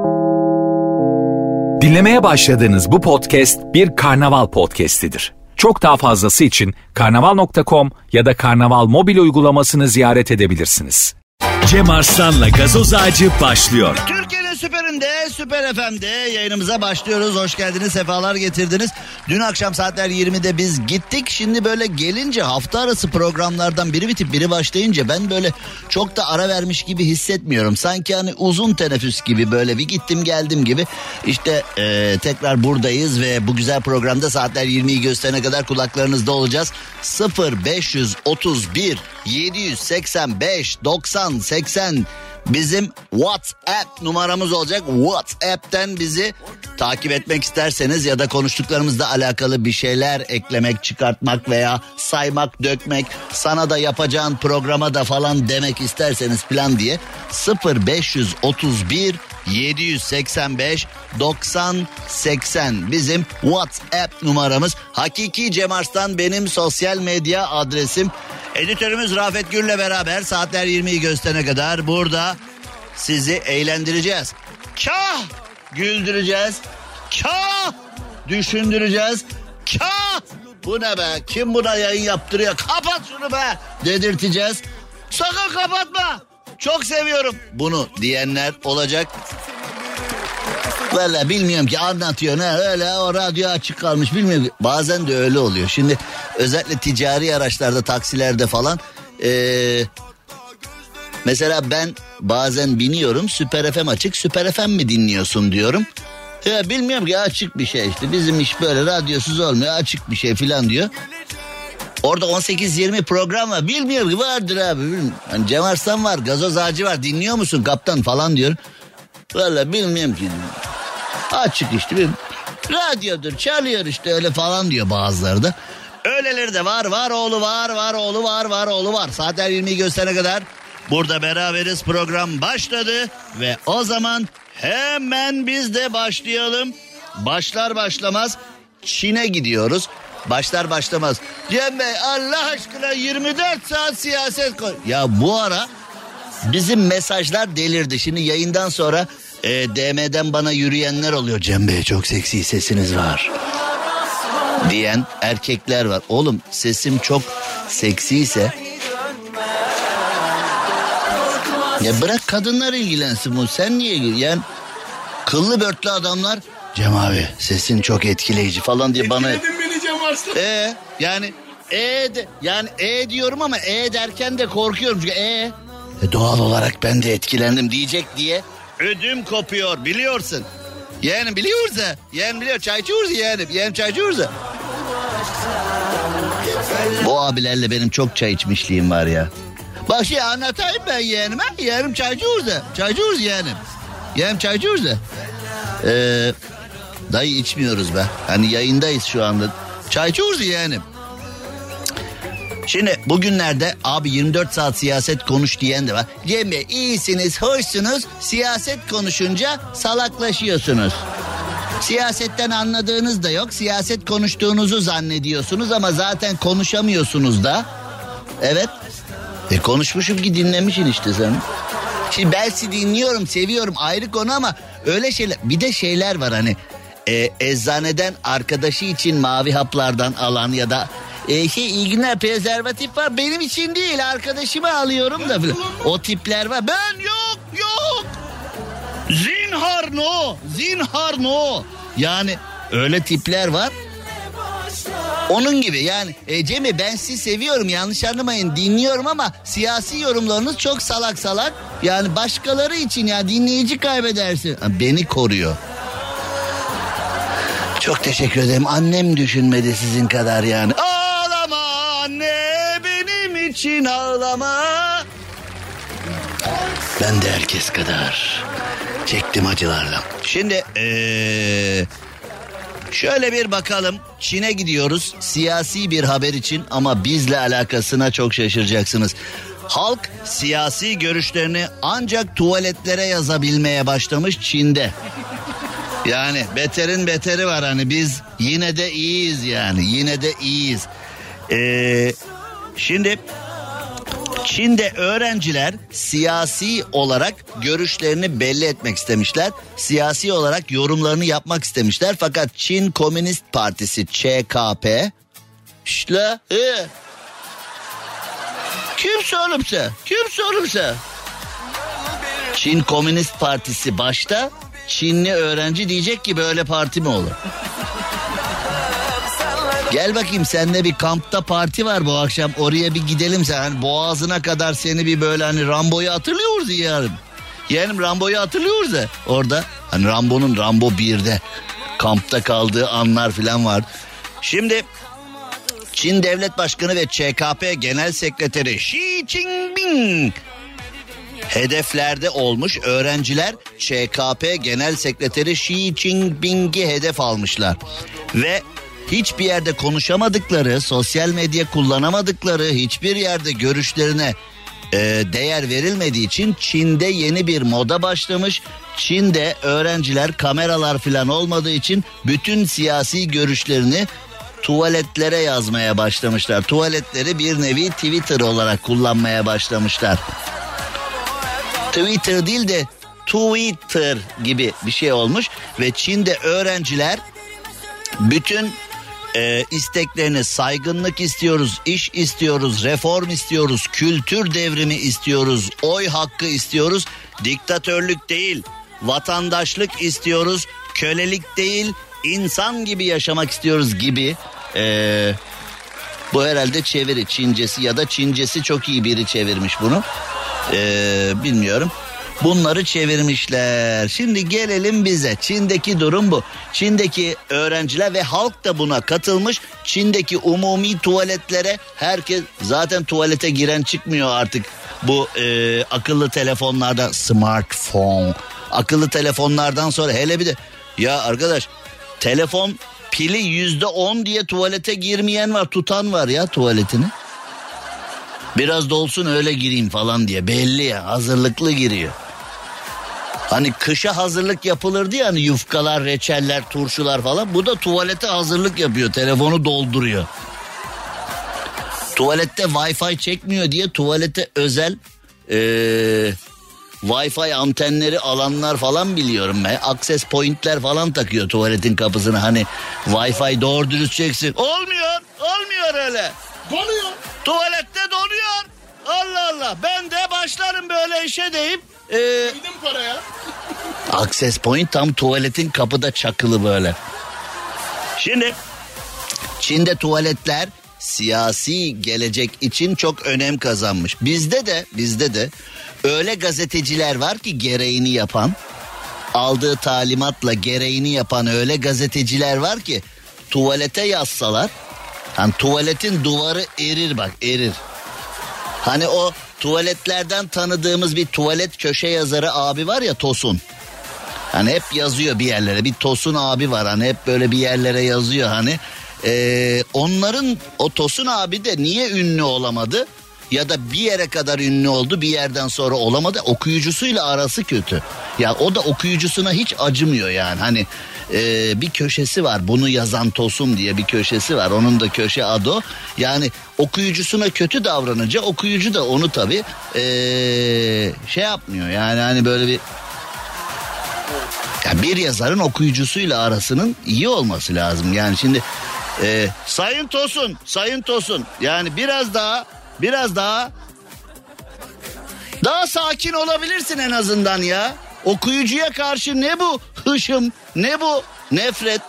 Dinlemeye başladığınız bu podcast bir karnaval podcastidir. Çok daha fazlası için karnaval.com ya da karnaval mobil uygulamasını ziyaret edebilirsiniz. Cem Arslan'la Gazoz Ağacı başlıyor. Türkiye'nin süperinde, Süper FM'de yayınımıza başlıyoruz. Hoş geldiniz, sefalar getirdiniz. Dün akşam saatler 20'de biz gittik. Şimdi böyle gelince hafta arası programlardan biri bitip biri başlayınca ben böyle çok da ara vermiş gibi hissetmiyorum. Sanki hani uzun teneffüs gibi böyle bir gittim geldim gibi. İşte tekrar buradayız ve bu güzel programda saatler 20'yi gösterene kadar kulaklarınızda olacağız. 0531 785 90 80 bizim WhatsApp numaramız olacak. WhatsApp'ten bizi takip etmek isterseniz ya da konuştuklarımızla alakalı bir şeyler eklemek, çıkartmak veya saymak, dökmek, sana da yapacağın programa da falan demek isterseniz plan diye 0531 785 90 80 bizim WhatsApp numaramız. Hakiki Cem Arslan benim sosyal medya adresim. Editörümüz Rafet Gül'le beraber saatler 20'yi gösterene kadar burada sizi eğlendireceğiz. Kah güldüreceğiz, kah düşündüreceğiz, kah bu ne be, kim buna yayın yaptırıyor, kapat şunu be dedirteceğiz. Sakın kapatma, çok seviyorum bunu diyenler olacak. Valla bilmiyorum ki, anlatıyor ne öyle, o radyo açık kalmış bilmiyorum. Bazen de öyle oluyor. Şimdi özellikle ticari araçlarda, taksilerde falan mesela ben bazen biniyorum, Süper FM açık, Süper FM mi dinliyorsun diyorum. Ya bilmiyorum ki, açık bir şey işte, bizim iş böyle radyosuz olmuyor, açık bir şey filan diyor. Orada 18-20 program var, bilmiyorum ki, vardır abi. Yani Cem Arslan var, Gazoz Ağacı var, dinliyor musun kaptan falan diyor. Valla bilmiyorum ki. Açık işte, bir radyodur, çalıyor işte öyle falan diyor bazıları da. Öyleleri de var, var oğlu var, var oğlu var, var oğlu var. Saatler 20'yi gösterene kadar burada beraberiz, program başladı. Ve o zaman hemen biz de başlayalım. Başlar başlamaz Çin'e gidiyoruz. Başlar başlamaz. Cem Bey Allah aşkına 24 saat siyaset koy. Ya bu ara bizim mesajlar delirdi. Şimdi yayından sonra DM'den bana yürüyenler oluyor. Cem Bey çok seksi sesiniz var diyen erkekler var. Oğlum sesim çok seksiyse ya bırak kadınlar ilgilensin bu. Sen niye yani kıllı börtlü adamlar Cem abi sesin çok etkileyici falan diye bana. Yani diyorum ama derken de korkuyorum çünkü doğal olarak ben de etkilendim diyecek diye ödüm kopuyor biliyorsun. Yani biliyoruz ha. Yani biliyor, çay içiyoruz yani. Yani çay içiyoruz ha. Bu abilerle benim çok çay içmişliğim var ya. Bak şey anlatayım ben yeğenime. Yeğenim çay içiyoruz da. Çay içiyoruz yeğenim. Yeğenim çay içiyoruz da. Dayı içmiyoruz be. Hani yayındayız şu anda. Çay içiyoruz yeğenim. Şimdi bugünlerde abi 24 saat siyaset konuş diyen de var. Cem Bey iyisiniz, hoşsunuz, siyaset konuşunca salaklaşıyorsunuz. Siyasetten anladığınız da yok, siyaset konuştuğunuzu zannediyorsunuz ama zaten konuşamıyorsunuz da. Evet. Konuşmuşum ki dinlemişsin işte sen. Şimdi ben sizi dinliyorum, seviyorum, ayrı konu ama öyle şeyler. Bir de şeyler var hani eczaneden arkadaşı için mavi haplardan alan ya da iyi günler prezervatif var benim için değil arkadaşıma alıyorum da falan. O tipler var. Ben yok. Zinhar no. Yani öyle tipler var. Onun gibi yani Cem'i ben sizi seviyorum, yanlış anlamayın, dinliyorum ama siyasi yorumlarınız çok salak. Yani başkaları için ya dinleyici kaybedersin. Beni koruyor. Çok teşekkür ederim. Annem düşünmedi sizin kadar yani. Ağlama anne benim için ağlama. Ben de herkes kadar çektim acılarla. Şimdi şöyle bir bakalım. Çin'e gidiyoruz siyasi bir haber için ama bizle alakasına çok şaşıracaksınız. Halk siyasi görüşlerini ancak tuvaletlere yazabilmeye başlamış Çin'de. Yani beterin beteri var, hani biz yine de iyiyiz yani, yine de iyiyiz. Şimdi Çin'de öğrenciler siyasi olarak görüşlerini belli etmek istemişler. Siyasi olarak yorumlarını yapmak istemişler. Fakat Çin Komünist Partisi ÇKP Kim sorumsa? Çin Komünist Partisi başta, Çinli öğrenci diyecek ki böyle parti mi olur? Gel bakayım, sende bir kampta parti var bu akşam, oraya bir gidelim sen. Hani boğazına kadar seni bir böyle hani Rambo'yu hatırlıyoruz yarın. Yani Rambo'yu hatırlıyoruz da orada hani Rambo 1'de kampta kaldığı anlar falan var. Şimdi Çin Devlet Başkanı ve ÇKP Genel Sekreteri Xi Jinping hedeflerde olmuş. Öğrenciler ÇKP Genel Sekreteri Xi Jinping'i hedef almışlar. Ve hiçbir yerde konuşamadıkları, sosyal medya kullanamadıkları, hiçbir yerde görüşlerine değer verilmediği için Çin'de yeni bir moda başlamış. Çin'de öğrenciler kameralar falan olmadığı için bütün siyasi görüşlerini tuvaletlere yazmaya başlamışlar. Tuvaletleri bir nevi Twitter olarak kullanmaya başlamışlar. Twitter değil de Twitter gibi bir şey olmuş ve Çin'de öğrenciler bütün isteklerini, saygınlık istiyoruz, iş istiyoruz, reform istiyoruz, kültür devrimi istiyoruz, oy hakkı istiyoruz, diktatörlük değil, vatandaşlık istiyoruz, kölelik değil, insan gibi yaşamak istiyoruz gibi. Bu herhalde çeviri, Çincesi ya da Çincesi çok iyi biri çevirmiş bunu. Bilmiyorum. Bunları çevirmişler. Şimdi gelelim bize. Çin'deki durum bu. Çin'deki öğrenciler ve halk da buna katılmış. Çin'deki umumi tuvaletlere herkes, zaten tuvalete giren çıkmıyor artık. Bu akıllı telefonlarda, smartphone, akıllı telefonlardan sonra hele bir de ya arkadaş, telefon pili %10 diye tuvalete girmeyen var, tutan var ya tuvaletini. Biraz dolsun öyle gireyim falan diye, belli ya, hazırlıklı giriyor. Hani kışa hazırlık yapılırdı ya, hani yufkalar, reçeller, turşular falan. Bu da tuvalete hazırlık yapıyor, telefonu dolduruyor. Tuvalette Wi-Fi çekmiyor diye tuvalete özel Wi-Fi antenleri alanlar falan biliyorum ben. Access pointler falan takıyor tuvaletin kapısına. Hani Wi-Fi doğru dürüst çeksin. Olmuyor öyle. Donuyor. Tuvalette donuyor. Allah Allah. Ben de başlarım böyle işe deyip. Ödedim paraya. Access point tam tuvaletin kapıda çakılı böyle. Şimdi Çin'de tuvaletler siyasi gelecek için çok önem kazanmış. Bizde de öyle gazeteciler var ki gereğini yapan, aldığı talimatla gereğini yapan öyle gazeteciler var ki tuvalete yazsalar, hani tuvaletin duvarı erir, bak erir. Hani o tuvaletlerden tanıdığımız bir tuvalet köşe yazarı abi var ya, Tosun. Hani hep yazıyor bir yerlere, bir Tosun abi var hani, hep böyle bir yerlere yazıyor hani. Onların, o Tosun abi de niye ünlü olamadı? Ya da bir yere kadar ünlü oldu, bir yerden sonra olamadı. Okuyucusuyla arası kötü. Ya o da okuyucusuna hiç acımıyor yani. Hani bir köşesi var, bunu yazan Tosun diye bir köşesi var. Onun da köşe adı o. Yani okuyucusuna kötü davranınca okuyucu da onu tabii şey yapmıyor. Yani hani böyle bir... Ya bir yazarın okuyucusuyla arasının iyi olması lazım. Yani şimdi Sayın Tosun yani biraz daha sakin olabilirsin en azından ya. Okuyucuya karşı ne bu hışım, ne bu nefret.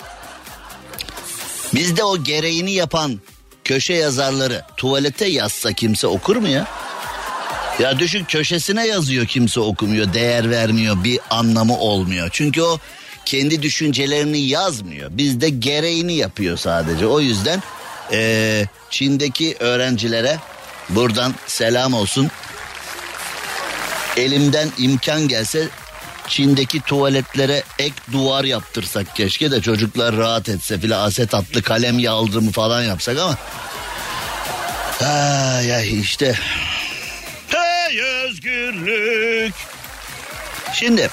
Bizde o gereğini yapan köşe yazarları tuvalete yazsa kimse okur mu ya? Ya düşün, köşesine yazıyor, kimse okumuyor, değer vermiyor, bir anlamı olmuyor. Çünkü o kendi düşüncelerini yazmıyor. Bizde gereğini yapıyor sadece. O yüzden Çin'deki öğrencilere buradan selam olsun. Elimden imkan gelse Çin'deki tuvaletlere ek duvar yaptırsak keşke de çocuklar rahat etse filan, asetatlı kalem yaldırımı falan yapsak ama ya işte özgürlük. Şimdi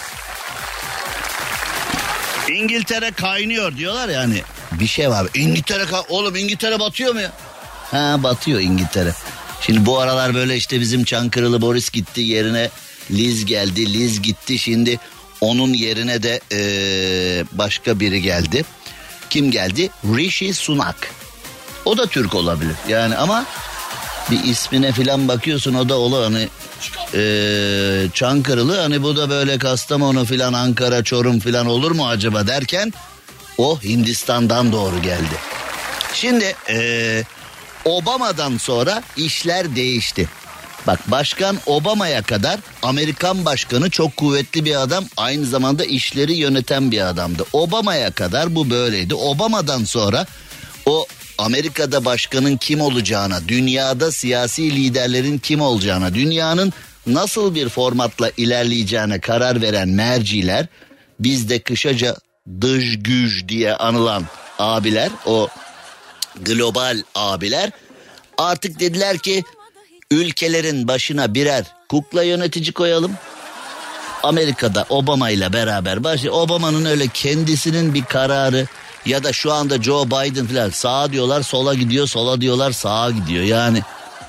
İngiltere kaynıyor diyorlar ya, hani bir şey var. Oğlum İngiltere batıyor mu ya? Ha, batıyor İngiltere. Şimdi bu aralar böyle işte bizim Çankırılı Boris gitti, yerine Liz geldi. Liz gitti, şimdi onun yerine de başka biri geldi. Kim geldi? Rishi Sunak. O da Türk olabilir yani, ama bir ismine filan bakıyorsun, o da hani Çankırılı, hani bu da böyle Kastamonu filan, Ankara, Çorum filan olur mu acaba derken o Hindistan'dan doğru geldi. Şimdi Obama'dan sonra işler değişti. Bak, Başkan Obama'ya kadar Amerikan başkanı çok kuvvetli bir adam, aynı zamanda işleri yöneten bir adamdı. Obama'ya kadar bu böyleydi. Obama'dan sonra o Amerika'da başkanın kim olacağına, dünyada siyasi liderlerin kim olacağına, dünyanın nasıl bir formatla ilerleyeceğine karar veren merciler, bizde kısaca dış güç diye anılan abiler, o global abiler artık dediler ki ülkelerin başına birer kukla yönetici koyalım. Amerika'da Obama ile beraber Obama'nın öyle kendisinin bir kararı ya da şu anda Joe Biden falan, sağa diyorlar sola gidiyor, sola diyorlar sağa gidiyor. Yani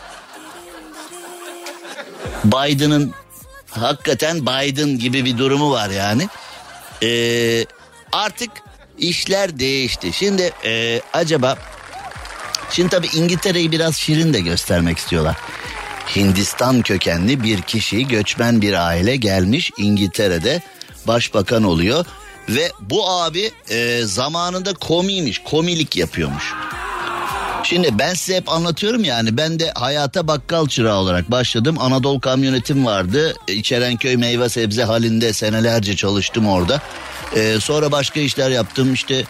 Biden'ın hakikaten Biden gibi bir durumu var yani. Artık işler değişti. Şimdi acaba, şimdi tabii İngiltere'yi biraz şirin de göstermek istiyorlar. Hindistan kökenli bir kişi, göçmen bir aile gelmiş İngiltere'de başbakan oluyor. Ve bu abi zamanında komiymiş, komilik yapıyormuş. Şimdi ben size hep anlatıyorum yani, ben de hayata bakkal çırağı olarak başladım. Anadolu Kamyonetim vardı. İçerenköy meyve sebze halinde senelerce çalıştım orada. Sonra başka işler yaptım işte.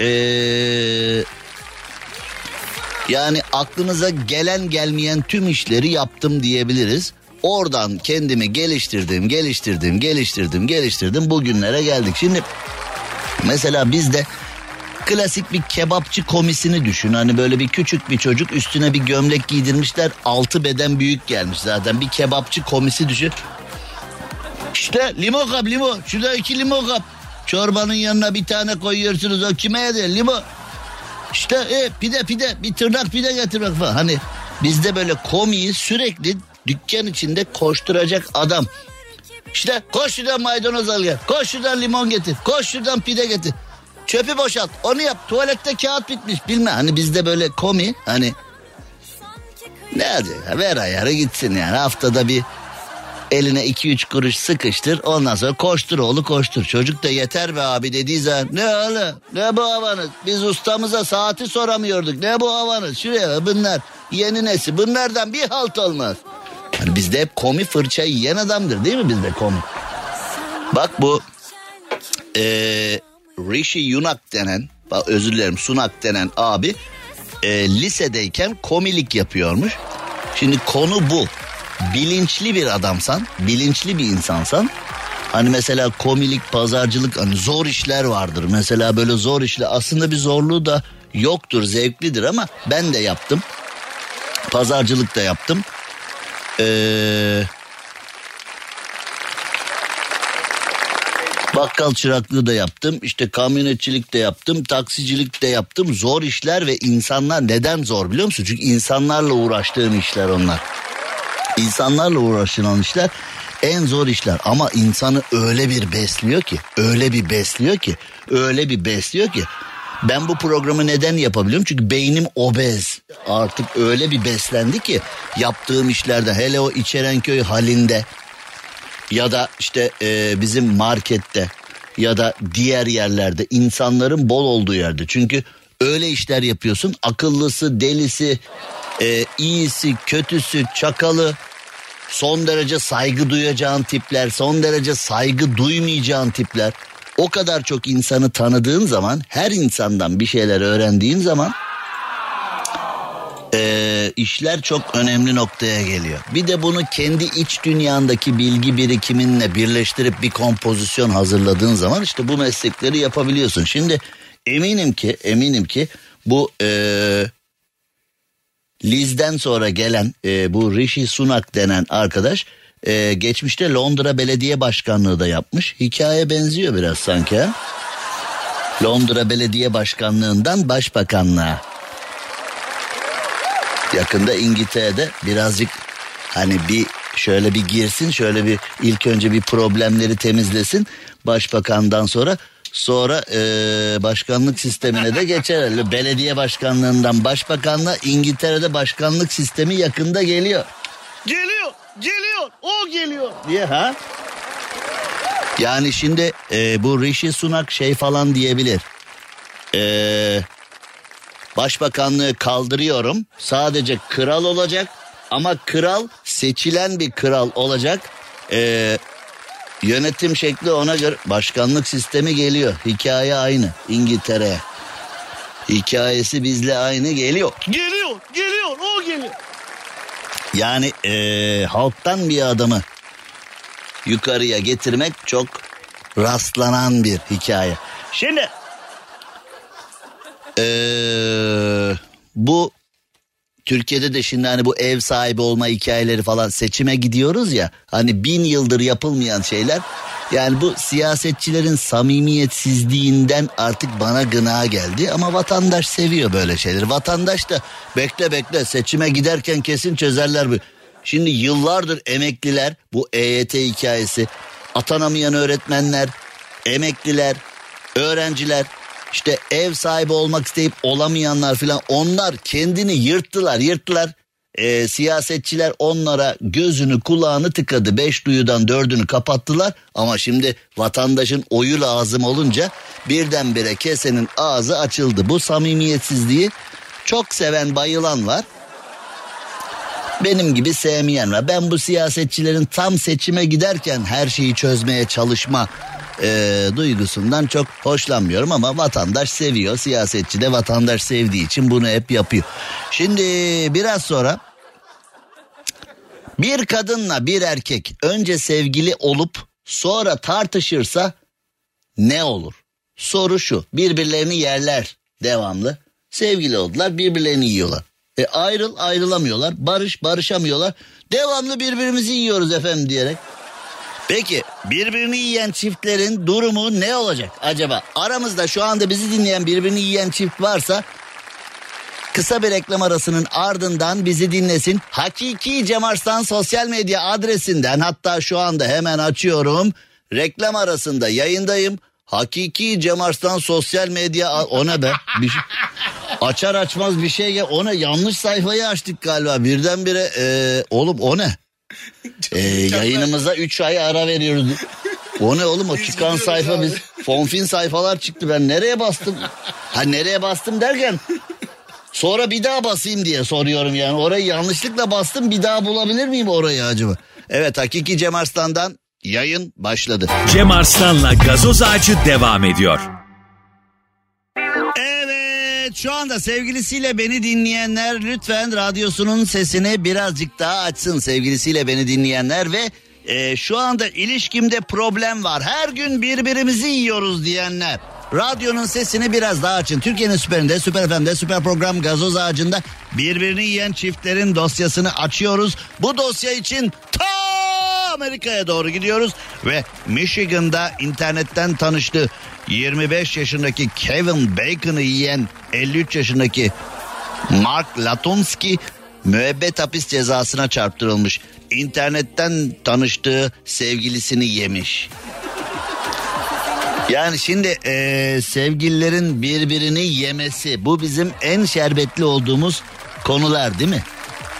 Yani aklınıza gelen gelmeyen tüm işleri yaptım diyebiliriz. Oradan kendimi geliştirdim. Bugünlere geldik. Şimdi mesela bizde klasik bir kebapçı komisini düşün. Hani böyle bir küçük bir çocuk, üstüne bir gömlek giydirmişler. 6 beden büyük gelmiş zaten. Bir kebapçı komisi düşün. İşte limon kap, limon. Şurada 2 limon kap. Çorbanın yanına bir tane koyuyorsunuz. O kime eder? Limon. İşte pide. Bir tırnak pide getirmek falan. Hani bizde böyle komiyi sürekli dükkan içinde koşturacak adam. İşte koş şuradan maydanoz al gel. Koş şuradan limon getir. Koş şuradan pide getir. Çöpü boşalt. Onu yap. Tuvalette kağıt bitmiş. Bilme. Hani bizde böyle komi, hani ne hadi ver ayarı gitsin yani. Haftada bir eline 2-3 kuruş sıkıştır. Ondan sonra koştur oğlu koştur. Çocuk da yeter be abi dediği zaman, ne oğlum ne bu havanız? Biz ustamıza saati soramıyorduk. Ne bu havanız? Şuraya bunlar yeni nesil. Bunlardan bir halt olmaz. Yani bizde hep komi fırça yiyen adamdır değil mi bizde komi? Bak bu Rishi Sunak denen abi lisedeyken komilik yapıyormuş. Şimdi konu bu. Bilinçli bir adamsan, bilinçli bir insansan, hani mesela komilik, pazarcılık, hani zor işler vardır. Mesela böyle zor işler, aslında bir zorluğu da yoktur, zevklidir ama ben de yaptım. Pazarcılık da yaptım. Bakkal çıraklığı da yaptım. İşte kamyonetçilik de yaptım. Taksicilik de yaptım. Zor işler ve insanlar neden zor biliyor musun? Çünkü insanlarla uğraştığım işler onlar. İnsanlarla uğraşılan işler en zor işler. Ama insanı öyle bir besliyor ki. Ben bu programı neden yapabiliyorum? Çünkü beynim obez. Artık öyle bir beslendi ki yaptığım işlerde, hele o İçerenköy halinde ya da işte bizim markette ya da diğer yerlerde, insanların bol olduğu yerde. Çünkü öyle işler yapıyorsun, akıllısı, delisi, iyisi, kötüsü, çakalı, son derece saygı duyacağın tipler, son derece saygı duymayacağın tipler. O kadar çok insanı tanıdığın zaman, her insandan bir şeyler öğrendiğin zaman işler çok önemli noktaya geliyor. Bir de bunu kendi iç dünyandaki bilgi birikiminle birleştirip bir kompozisyon hazırladığın zaman işte bu meslekleri yapabiliyorsun. Şimdi eminim ki bu Liz'den sonra gelen bu Rishi Sunak denen arkadaş geçmişte Londra Belediye Başkanlığı da yapmış. Hikaye benziyor biraz sanki ha? Londra Belediye Başkanlığından Başbakanlığa. Yakında İngiltere'de birazcık hani bir şöyle bir girsin, şöyle bir ilk önce bir problemleri temizlesin. Başbakandan sonra başkanlık sistemine de geçer. Belediye başkanlığından başbakanlığa, İngiltere'de başkanlık sistemi yakında geliyor. Geliyor, o geliyor diye ha. Yani şimdi bu Rishi Sunak şey falan diyebilir. Başbakanlığı kaldırıyorum. Sadece kral olacak. Ama kral seçilen bir kral olacak. Yönetim şekli ona göre, başkanlık sistemi geliyor. Hikaye aynı İngiltere'ye. Hikayesi bizle aynı geliyor. Geliyor, o geliyor. Yani halktan bir adamı yukarıya getirmek çok rastlanan bir hikaye. Şimdi bu Türkiye'de de şimdi hani bu ev sahibi olma hikayeleri falan, seçime gidiyoruz ya, hani 1000 yıldır yapılmayan şeyler. Yani bu siyasetçilerin samimiyetsizliğinden artık bana gına geldi. Ama vatandaş seviyor böyle şeyleri. Vatandaş da bekle seçime giderken kesin çözerler bu. Şimdi yıllardır emekliler, bu EYT hikayesi, atanamayan öğretmenler, emekliler, öğrenciler, işte ev sahibi olmak isteyip olamayanlar filan, onlar kendini yırttılar. Siyasetçiler onlara gözünü kulağını tıkadı. 5 duyudan 4'ünü kapattılar. Ama şimdi vatandaşın oyu lazım olunca birdenbire kesenin ağzı açıldı. Bu samimiyetsizliği çok seven, bayılan var. Benim gibi sevmeyen var. Ben bu siyasetçilerin tam seçime giderken her şeyi çözmeye çalışma duygusundan çok hoşlanmıyorum. Ama vatandaş seviyor. Siyasetçi de vatandaş sevdiği için bunu hep yapıyor. Şimdi biraz sonra bir kadınla bir erkek önce sevgili olup sonra tartışırsa ne olur? Soru şu: birbirlerini yerler devamlı. Sevgili oldular, birbirlerini yiyorlar. Ayrılamıyorlar, barışamıyorlar. Devamlı birbirimizi yiyoruz efendim diyerek. Peki birbirini yiyen çiftlerin durumu ne olacak acaba? Aramızda şu anda bizi dinleyen birbirini yiyen çift varsa kısa bir reklam arasının ardından bizi dinlesin. Hakiki Cem Arslan sosyal medya adresinden, hatta şu anda hemen açıyorum. Reklam arasında yayındayım. Hakiki Cem Arslan sosyal medya, o ne be? Açar açmaz bir şey ya, o ne? Yanlış sayfayı açtık galiba birdenbire. Oğlum o ne? Yayınımıza 3 ay ara veriyoruz. O ne oğlum, o çıkan sayfa biz fonfin sayfalar çıktı, ben nereye bastım? Nereye bastım derken sonra bir daha basayım diye soruyorum yani. Orayı yanlışlıkla bastım, bir daha bulabilir miyim orayı acaba? Evet, Hakiki Cem Arslan'dan yayın başladı. Cem Arslan'la Gazoz Ağacı devam ediyor. Evet, şu anda sevgilisiyle beni dinleyenler lütfen radyosunun sesini birazcık daha açsın, sevgilisiyle beni dinleyenler ve şu anda ilişkimde problem var, her gün birbirimizi yiyoruz diyenler. Radyonun sesini biraz daha açın. Türkiye'nin süperinde, Süper FM'de, süper program Gazoz Ağacı'nda birbirini yiyen çiftlerin dosyasını açıyoruz. Bu dosya için Amerika'ya doğru gidiyoruz ve Michigan'da internetten tanıştığı 25 yaşındaki Kevin Bacon'ı yiyen 53 yaşındaki Mark Latunski müebbet hapis cezasına çarptırılmış. İnternetten tanıştığı sevgilisini yemiş. Yani şimdi sevgililerin birbirini yemesi, bu bizim en şerbetli olduğumuz konular değil mi?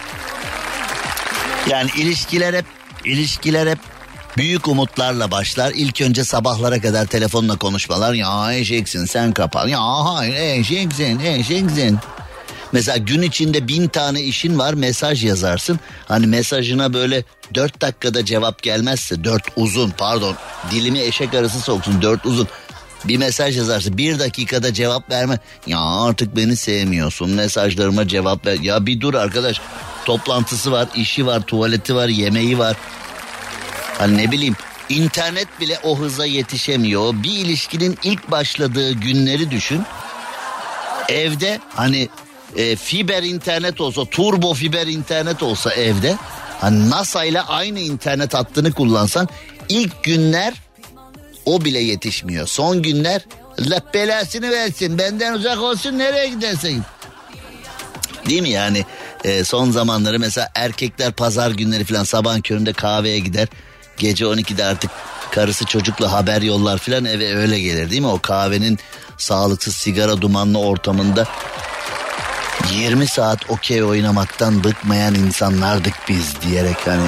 Yani ilişkiler hep büyük umutlarla başlar. İlk önce sabahlara kadar telefonla konuşmalar. Ya eşeksin sen kapan. Ya hayır eşeksin. Mesela gün içinde 1000 tane işin var, mesaj yazarsın. Hani mesajına böyle 4 dakikada cevap gelmezse, dilimi eşek arası soksun, 4 uzun bir mesaj yazarsın, 1 dakikada cevap verme. Ya artık beni sevmiyorsun, mesajlarıma cevap ver. Ya bir dur arkadaş, toplantısı var, işi var, tuvaleti var, yemeği var. Hani ne bileyim, internet bile o hıza yetişemiyor. Bir ilişkinin ilk başladığı günleri düşün. Evde hani fiber internet olsa, turbo fiber internet olsa evde, hani NASA ile aynı internet hattını kullansan, ilk günler o bile yetişmiyor. Son günler Allah belasını versin, benden uzak olsun, nereye gidersen. Değil mi yani? Son zamanları mesela erkekler pazar günleri falan sabahın köründe kahveye gider. Gece 12'de artık karısı çocukla haber yollar falan, eve öyle gelir değil mi? O kahvenin sağlıksız sigara dumanlı ortamında 20 saat okey oynamaktan bıkmayan insanlardık biz diyerek hani.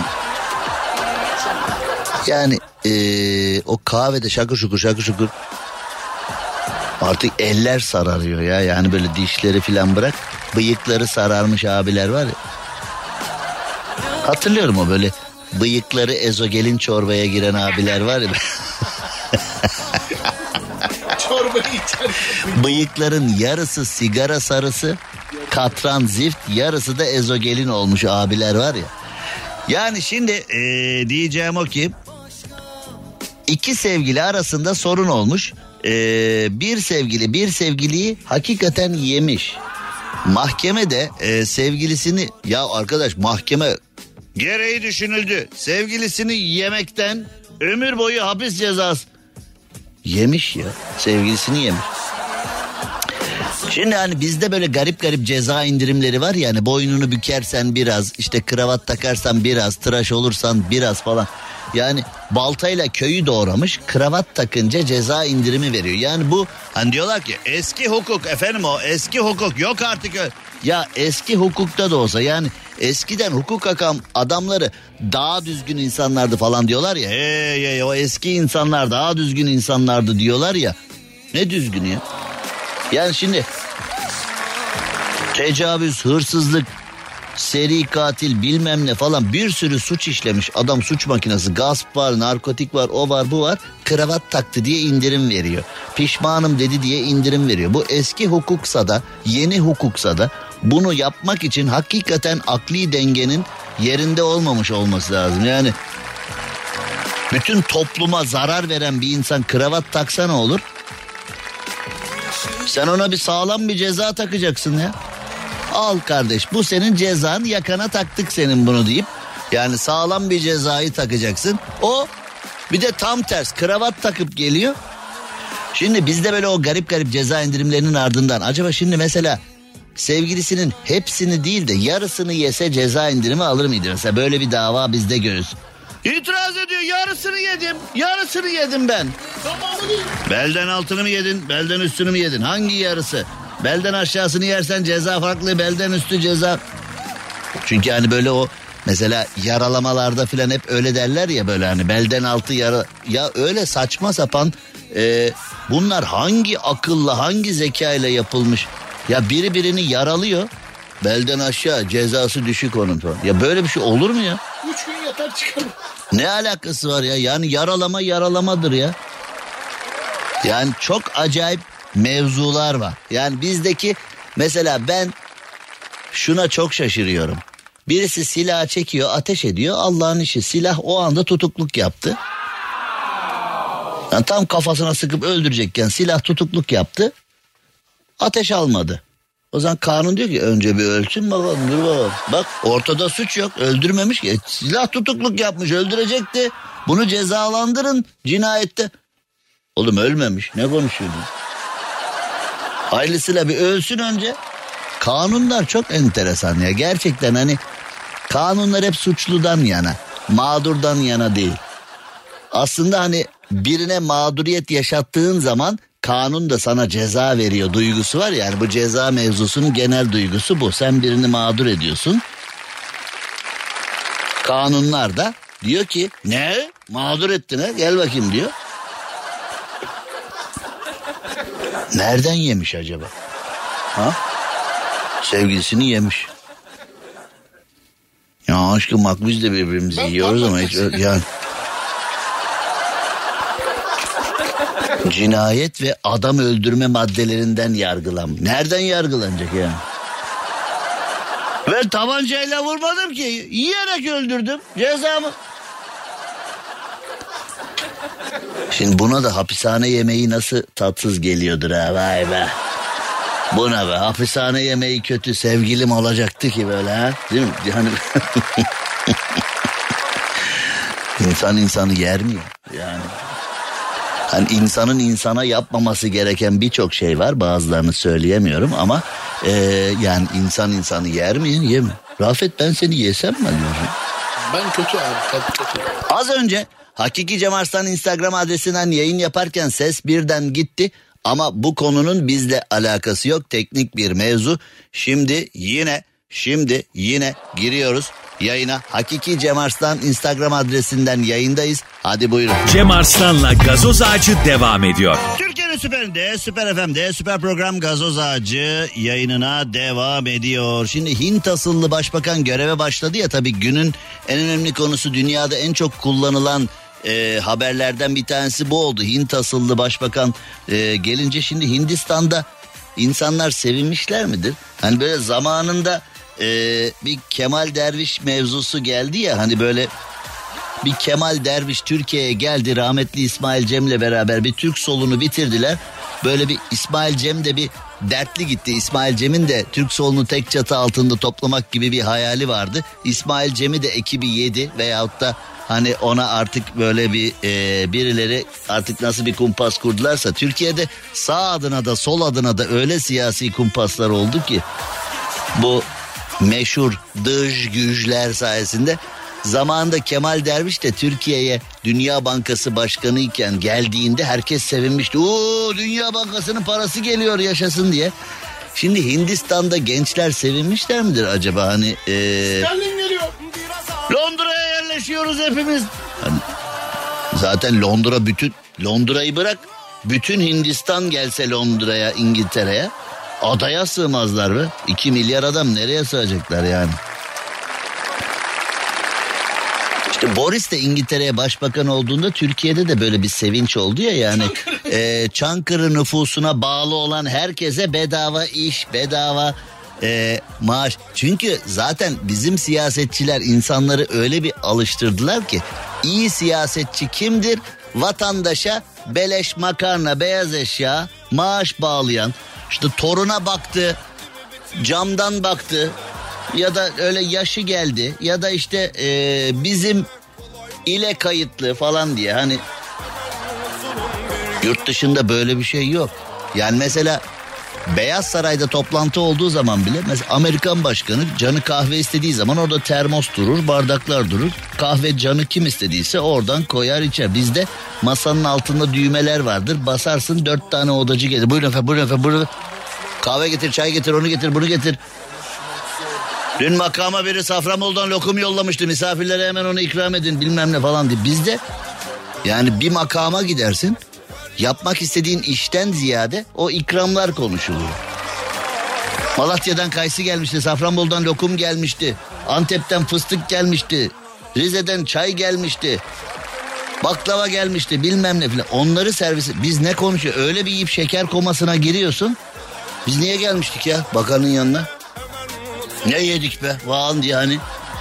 Yani o kahvede şakır şukur artık eller sararıyor ya. Yani böyle dişleri falan bırak, bıyıkları sararmış abiler var ya. Hatırlıyorum o böyle bıyıkları ezogelin çorbaya giren abiler var ya. Çorbayı içerken. Bıyıkların yarısı sigara sarısı, katran zift, yarısı da ezogelin olmuş abiler var ya. Yani şimdi diyeceğim o ki, iki sevgili arasında sorun olmuş. Bir sevgili bir sevgiliyi hakikaten yemiş. Mahkemede sevgilisini, ya arkadaş mahkeme gereği düşünüldü, sevgilisini yemekten ömür boyu hapis cezası. Yemiş ya, sevgilisini yemiş. Şimdi hani bizde böyle garip garip ceza indirimleri var ya, hani boynunu bükersen biraz, işte kravat takarsan biraz, tıraş olursan biraz falan. Yani baltayla köyü doğramış, kravat takınca ceza indirimi veriyor. Yani bu hani diyorlar ki eski hukuk efendim, o eski hukuk yok artık öyle. Ya eski hukukta da olsa yani eskiden hukuk hakem adamları daha düzgün insanlardı falan diyorlar ya. Hey, o eski insanlar daha düzgün insanlardı diyorlar ya. Ne düzgünü ya? Yani şimdi tecavüz, hırsızlık, seri katil bilmem ne falan bir sürü suç işlemiş adam, suç makinesi, gasp var, narkotik var, o var bu var, kravat taktı diye indirim veriyor. Pişmanım dedi diye indirim veriyor. Bu eski hukuksa da yeni hukuksa da bunu yapmak için hakikaten akli dengenin yerinde olmamış olması lazım. Yani bütün topluma zarar veren bir insan kravat taksa ne olur? Sen ona bir sağlam bir ceza takacaksın ya. Al kardeş, bu senin cezan, yakana taktık senin bunu deyip yani sağlam bir cezayı takacaksın. O bir de tam ters kravat takıp geliyor. Şimdi bizde böyle o garip garip ceza indirimlerinin ardından acaba şimdi mesela sevgilisinin hepsini değil de yarısını yese ceza indirimi alır mıydı? Mesela böyle bir dava bizde görürsün. İtiraz ediyor, yarısını yedim ben. Tamamı değil. Belden altını mı yedin, belden üstünü mü yedin? Hangi yarısı? Belden aşağısını yersen ceza farklı, belden üstü ceza. Çünkü hani böyle o mesela yaralamalarda filan hep öyle derler ya, böyle hani belden altı yara. Ya öyle saçma sapan bunlar hangi akılla, hangi zekayla yapılmış? Ya biri birini yaralıyor, belden aşağı cezası düşük onun falan. Ya böyle bir şey olur mu ya? 3 gün yatar çıkarım. Ne alakası var ya? Yani yaralama yaralamadır ya. Yani çok acayip mevzular var. Yani bizdeki mesela ben şuna çok şaşırıyorum. Birisi silah çekiyor, ateş ediyor. Allah'ın işi, silah o anda tutukluk yaptı. Yani tam kafasına sıkıp öldürecekken silah tutukluk yaptı. Ateş almadı. O zaman kanun diyor ki önce bir ölçün bakalım, dur bakalım. Bak ortada suç yok, öldürmemiş ki. Silah tutukluk yapmış, öldürecekti. Bunu cezalandırın cinayette. Oğlum ölmemiş, ne konuşuyordun? Ailesiyle bir ölsün önce. Kanunlar çok enteresan ya. Gerçekten hani kanunlar hep suçludan yana, mağdurdan yana değil. Aslında hani birine mağduriyet yaşattığın zaman kanun da sana ceza veriyor duygusu var ya. Yani bu ceza mevzusunun genel duygusu bu. Sen birini mağdur ediyorsun. Kanunlar da diyor ki ne? Mağdur ettin ha? Gel bakayım diyor. Nereden yemiş acaba? Ha? Sevgilisini yemiş. Ya aşkım bak biz de birbirimizi yiyoruz ama hiç yani. Cinayet ve adam öldürme maddelerinden yargılan. Nereden yargılanacak yani? Ben tabancayla vurmadım ki. Yiyerek öldürdüm. Cezamı. Şimdi buna da hapishane yemeği nasıl tatsız geliyordur ha, vay be. Buna be, hapishane yemeği kötü, sevgilim olacaktı ki böyle ha. Değil mi? Yani İnsan insanı yer mi yani? Hani insanın insana yapmaması gereken birçok şey var, bazılarını söyleyemiyorum ama yani insan insanı yer mi? Yemiyor. Rafet ben seni yesem mi acaba? Ben kötü abi. Kötü. Az önce Hakiki Cem Arslan Instagram adresinden yayın yaparken ses birden gitti. Ama bu konunun bizle alakası yok. Teknik bir mevzu. Şimdi yine giriyoruz yayına. Hakiki Cem Arslan Instagram adresinden yayındayız. Hadi buyurun. Cem Arslan'la Gazoz Ağacı devam ediyor. Türkiye'nin süperinde, Süper FM'de süper program Gazoz Ağacı yayınına devam ediyor. Şimdi Hint asıllı başbakan göreve başladı ya, tabii günün en önemli konusu, dünyada en çok kullanılan haberlerden bir tanesi bu oldu. Hint asıllı başbakan gelince şimdi Hindistan'da insanlar sevinmişler midir? Hani böyle zamanında bir Kemal Derviş mevzusu geldi ya, hani böyle bir Kemal Derviş Türkiye'ye geldi, rahmetli İsmail Cem'le beraber bir Türk solunu bitirdiler. Böyle bir İsmail Cem de bir dertli gitti. İsmail Cem'in de Türk solunu tek çatı altında toplamak gibi bir hayali vardı. İsmail Cem'i de ekibi yedi veyahut da hani ona artık böyle bir birileri artık nasıl bir kumpas kurdularsa, Türkiye'de sağ adına da sol adına da öyle siyasi kumpaslar oldu ki bu meşhur dış güçler sayesinde. Zamanında Kemal Derviş de Türkiye'ye Dünya Bankası Başkanı iken geldiğinde herkes sevinmişti. Oo, Dünya Bankası'nın parası geliyor, yaşasın diye. Şimdi Hindistan'da gençler sevinmişler midir acaba? Hani Sterling geliyor. Londra'ya yerleşiyoruz hepimiz. Hani, zaten Londra'yı bırak. Bütün Hindistan gelse Londra'ya, İngiltere'ye, adaya sığmazlar be. 2 milyar adam nereye sığacaklar yani? İşte Boris de İngiltere'ye başbakan olduğunda Türkiye'de de böyle bir sevinç oldu ya yani. Çankırı nüfusuna bağlı olan herkese bedava iş, bedava maaş. Çünkü zaten bizim siyasetçiler insanları öyle bir alıştırdılar ki, iyi siyasetçi kimdir? Vatandaşa beleş makarna, beyaz eşya, maaş bağlayan, işte toruna baktı, camdan baktı ya da öyle yaşı geldi ya da işte bizim ile kayıtlı falan diye. Hani yurt dışında böyle bir şey yok. Yani mesela Beyaz Saray'da toplantı olduğu zaman bile mesela Amerikan başkanı canı kahve istediği zaman orada termos durur, bardaklar durur. Kahve canı kim istediyse oradan koyar içer. Bizde masanın altında düğmeler vardır. Basarsın 4 tane odacı gelir. Buyurun efendim, buyurun efendim, buyurun. Kahve getir, çay getir, onu getir, bunu getir. Dün makama biri Safranbolu'dan lokum yollamıştı. Misafirlere hemen onu ikram edin bilmem ne falan diye. Bizde yani bir makama gidersin, yapmak istediğin işten ziyade o ikramlar konuşuluyor. Malatya'dan kayısı gelmişti, Safranbolu'dan lokum gelmişti, Antep'ten fıstık gelmişti, Rize'den çay gelmişti, baklava gelmişti bilmem ne falan. Onları servisi, biz ne konuşuyor? Öyle bir yiyip şeker komasına giriyorsun. Biz niye gelmiştik ya bakanın yanına? Ne yedik be falan diye hani.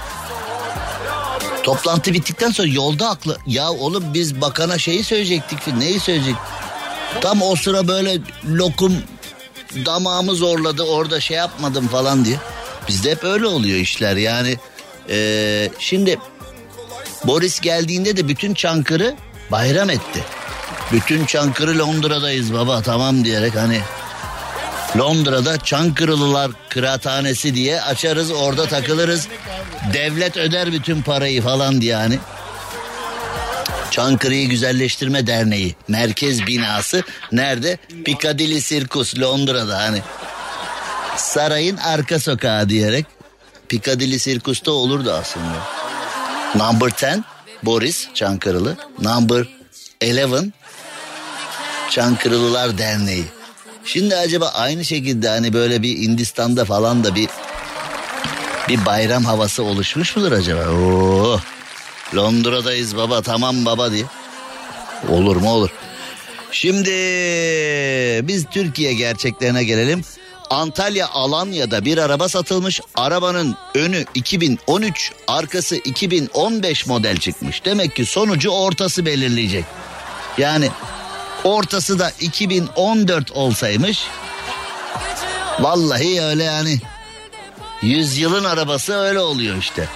Toplantı bittikten sonra yolda aklı. Ya oğlum biz bakana şeyi söyleyecektik. Neyi söyleyecektik? Tam o sıra böyle lokum damağımı zorladı, orada şey yapmadım falan diye. Bizde hep öyle oluyor işler yani. Şimdi Boris geldiğinde de bütün Çankırı bayram etti. Bütün Çankırı Londra'dayız baba tamam diyerek hani. Londra'da Çankırılılar kıraathanesi diye açarız, orada takılırız. Devlet öder bütün parayı falan diye hani. Çankırı'yı Güzelleştirme Derneği merkez binası nerede? Piccadilly Circus Londra'da hani. Sarayın arka sokağı diyerek. Piccadilly Circus'ta olurdu aslında. Number 10 Boris Çankırılı. Number 11 Çankırılılar Derneği. Şimdi acaba aynı şekilde hani böyle bir Hindistan'da falan da bir bayram havası oluşmuş mudur acaba? Oo, Londra'dayız baba tamam baba diye. Olur mu olur. Şimdi biz Türkiye gerçeklerine gelelim. Antalya Alanya'da bir araba satılmış. Arabanın önü 2013, arkası 2015 model çıkmış. Demek ki sonucu ortası belirleyecek. Yani ortası da 2014 olsaymış. Vallahi öyle yani. 100 yılın arabası öyle oluyor işte.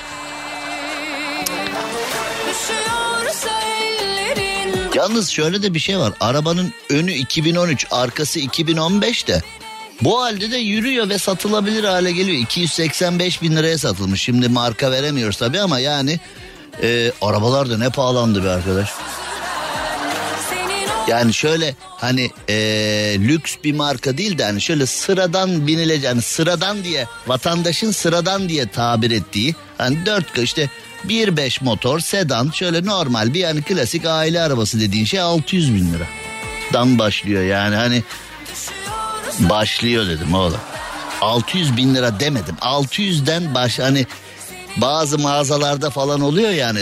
Yalnız şöyle de bir şey var. Arabanın önü 2013, arkası 2015 de Bu halde de yürüyor ve satılabilir hale geliyor. 285 bin liraya satılmış. Şimdi marka veremiyoruz tabii ama yani arabalar da ne pahalandı be arkadaş. Yani şöyle hani lüks bir marka değil de hani şöyle sıradan binilecek, yani sıradan diye, vatandaşın sıradan diye tabir ettiği hani 4 işte 1.5 motor sedan, şöyle normal bir yani klasik aile arabası dediğin şey 600 bin liradan başlıyor. Yani hani başlıyor dedim oğlum, 600 bin lira demedim, 600'den hani bazı mağazalarda falan oluyor yani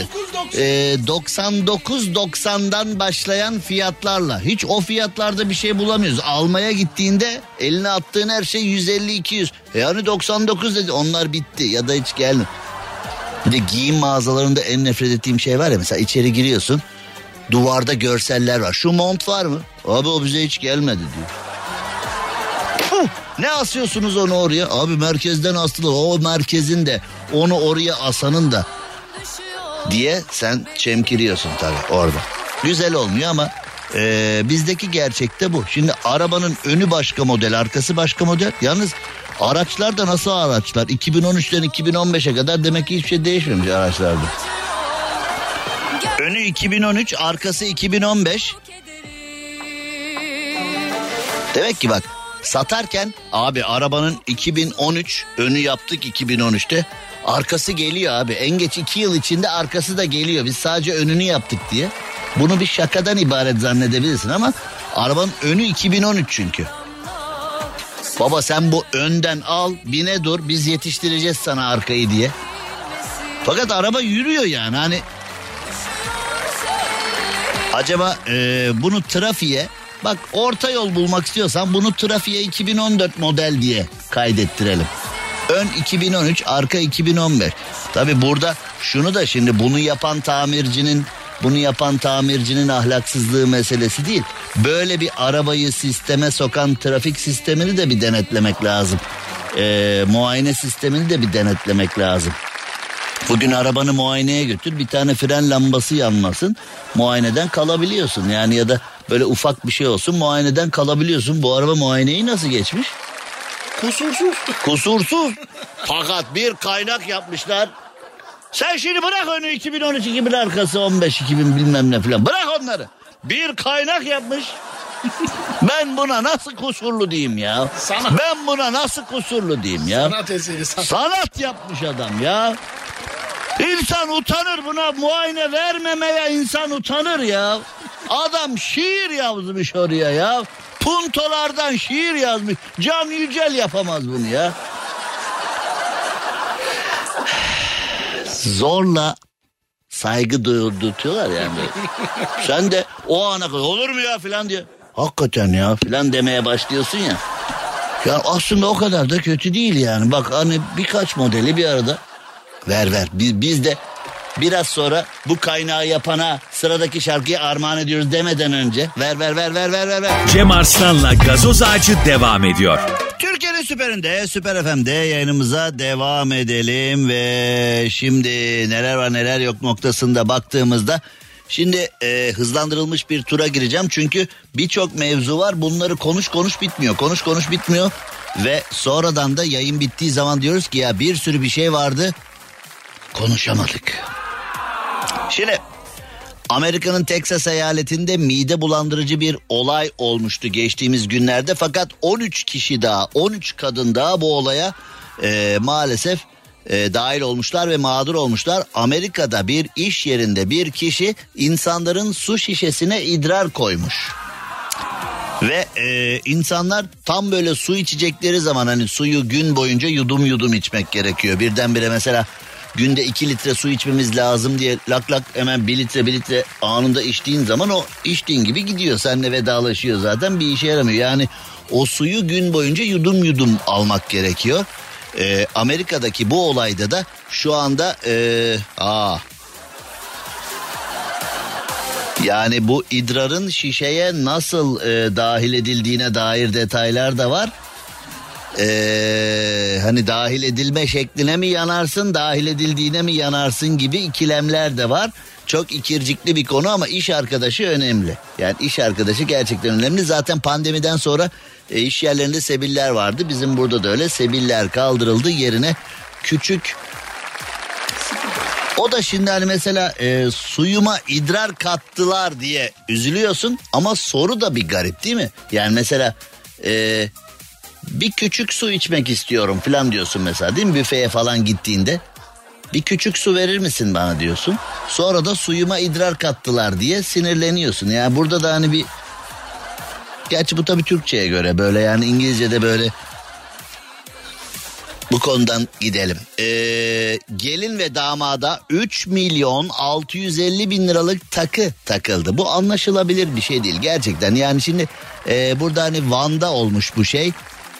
99.90'dan başlayan fiyatlarla, hiç o fiyatlarda bir şey bulamıyoruz. Almaya gittiğinde eline attığın her şey 150-200, yani 99 dedi, onlar bitti ya da hiç gelmedi. Bir de giyim mağazalarında en nefret ettiğim şey var ya, mesela içeri giriyorsun, duvarda görseller var, şu mont var mı? Abi o bize hiç gelmedi diyor. Ne asıyorsunuz onu oraya? Abi merkezden astılar. O merkezin de onu oraya asanın da diye sen çemkiriyorsun tabii orada. Güzel olmuyor ama bizdeki gerçekte bu. Şimdi arabanın önü başka model, arkası başka model. Yalnız araçlar da nasıl araçlar? 2013'ten 2015'e kadar demek ki hiçbir şey değişmemiş araçlarda. Önü 2013, arkası 2015. Demek ki bak, satarken abi arabanın 2013 önü yaptık 2013'te, arkası geliyor abi. En geç 2 yıl içinde arkası da geliyor. Biz sadece önünü yaptık diye. Bunu bir şakadan ibaret zannedebilirsin ama arabanın önü 2013 çünkü. Baba sen bu önden al, bine dur, biz yetiştireceğiz sana arkayı diye. Fakat araba yürüyor yani hani. Acaba bunu trafiğe, bak orta yol bulmak istiyorsan bunu trafiğe 2014 model diye kaydettirelim. Ön 2013, arka 2015. Tabii burada şunu da, şimdi bunu yapan tamircinin ahlaksızlığı meselesi değil. Böyle bir arabayı sisteme sokan trafik sistemini de bir denetlemek lazım. Muayene sistemini de bir denetlemek lazım. Bugün arabanı muayeneye götür, bir tane fren lambası yanmasın, muayeneden kalabiliyorsun. Yani ya da böyle ufak bir şey olsun, muayeneden kalabiliyorsun. Bu araba muayeneyi nasıl geçmiş? Kusursuz. Fakat bir kaynak yapmışlar. Sen şimdi bırak önü 2013, 2000 arkası 15, 2000 bilmem ne falan. Bırak onları. Bir kaynak yapmış. Ben buna nasıl kusurlu diyeyim ya? Ben buna nasıl kusurlu diyeyim ya? Sanat eseri. Sanat yapmış adam ya. İnsan utanır, buna muayene vermemeye insan utanır ya. Adam şiir yazmış oraya ya. Puntolardan şiir yazmış. Can Yücel yapamaz bunu ya. Zorla saygı duyurtuyorlar yani. Sen de o ana kadar olur mu ya filan diye. Hakikaten ya filan demeye başlıyorsun ya. Ya aslında o kadar da kötü değil yani. Bak hani birkaç modeli bir arada ver. Biz de biraz sonra bu kaynağı yapana sıradaki şarkıyı armağan ediyoruz demeden önce ver. Cem Arslan'la Gazoz Ağacı devam ediyor. Türkiye'nin süperinde, Süper FM'de yayınımıza devam edelim ve şimdi neler var neler yok noktasında baktığımızda şimdi hızlandırılmış bir tura gireceğim çünkü birçok mevzu var, bunları konuş bitmiyor ve sonradan da yayın bittiği zaman diyoruz ki ya bir sürü bir şey vardı, konuşamadık. Şimdi Amerika'nın Texas eyaletinde mide bulandırıcı bir olay olmuştu geçtiğimiz günlerde. Fakat 13 kadın daha bu olaya maalesef dahil olmuşlar ve mağdur olmuşlar. Amerika'da bir iş yerinde bir kişi insanların su şişesine idrar koymuş. Ve insanlar tam böyle su içecekleri zaman hani suyu gün boyunca yudum içmek gerekiyor. Birdenbire mesela günde 2 litre su içmemiz lazım diye lak hemen 1 litre anında içtiğin zaman o içtiğin gibi gidiyor. Seninle vedalaşıyor zaten, bir işe yaramıyor. Yani o suyu gün boyunca yudum almak gerekiyor. Amerika'daki bu olayda da şu anda yani bu idrarın şişeye nasıl dahil edildiğine dair detaylar da var. Hani dahil edilme şekline mi yanarsın, dahil edildiğine mi yanarsın gibi ikilemler de var. Çok ikircikli bir konu ama iş arkadaşı önemli. Yani iş arkadaşı gerçekten önemli. Zaten pandemiden sonra iş yerlerinde sebiller vardı. Bizim burada da öyle, sebiller kaldırıldı, yerine küçük. O da şimdi hani mesela suyuma idrar kattılar diye üzülüyorsun ama soru da bir garip değil mi? Yani mesela bir küçük su içmek istiyorum falan diyorsun mesela, değil mi? Büfeye falan gittiğinde bir küçük su verir misin bana diyorsun. Sonra da suyuma idrar kattılar diye sinirleniyorsun. Yani burada da hani bir, gerçi bu tabii Türkçe'ye göre böyle, yani İngilizce'de böyle. Bu konudan gidelim. Gelin ve damada 3.650.000 liralık takı takıldı. Bu anlaşılabilir bir şey değil gerçekten. Yani şimdi burada hani Van'da olmuş bu şey.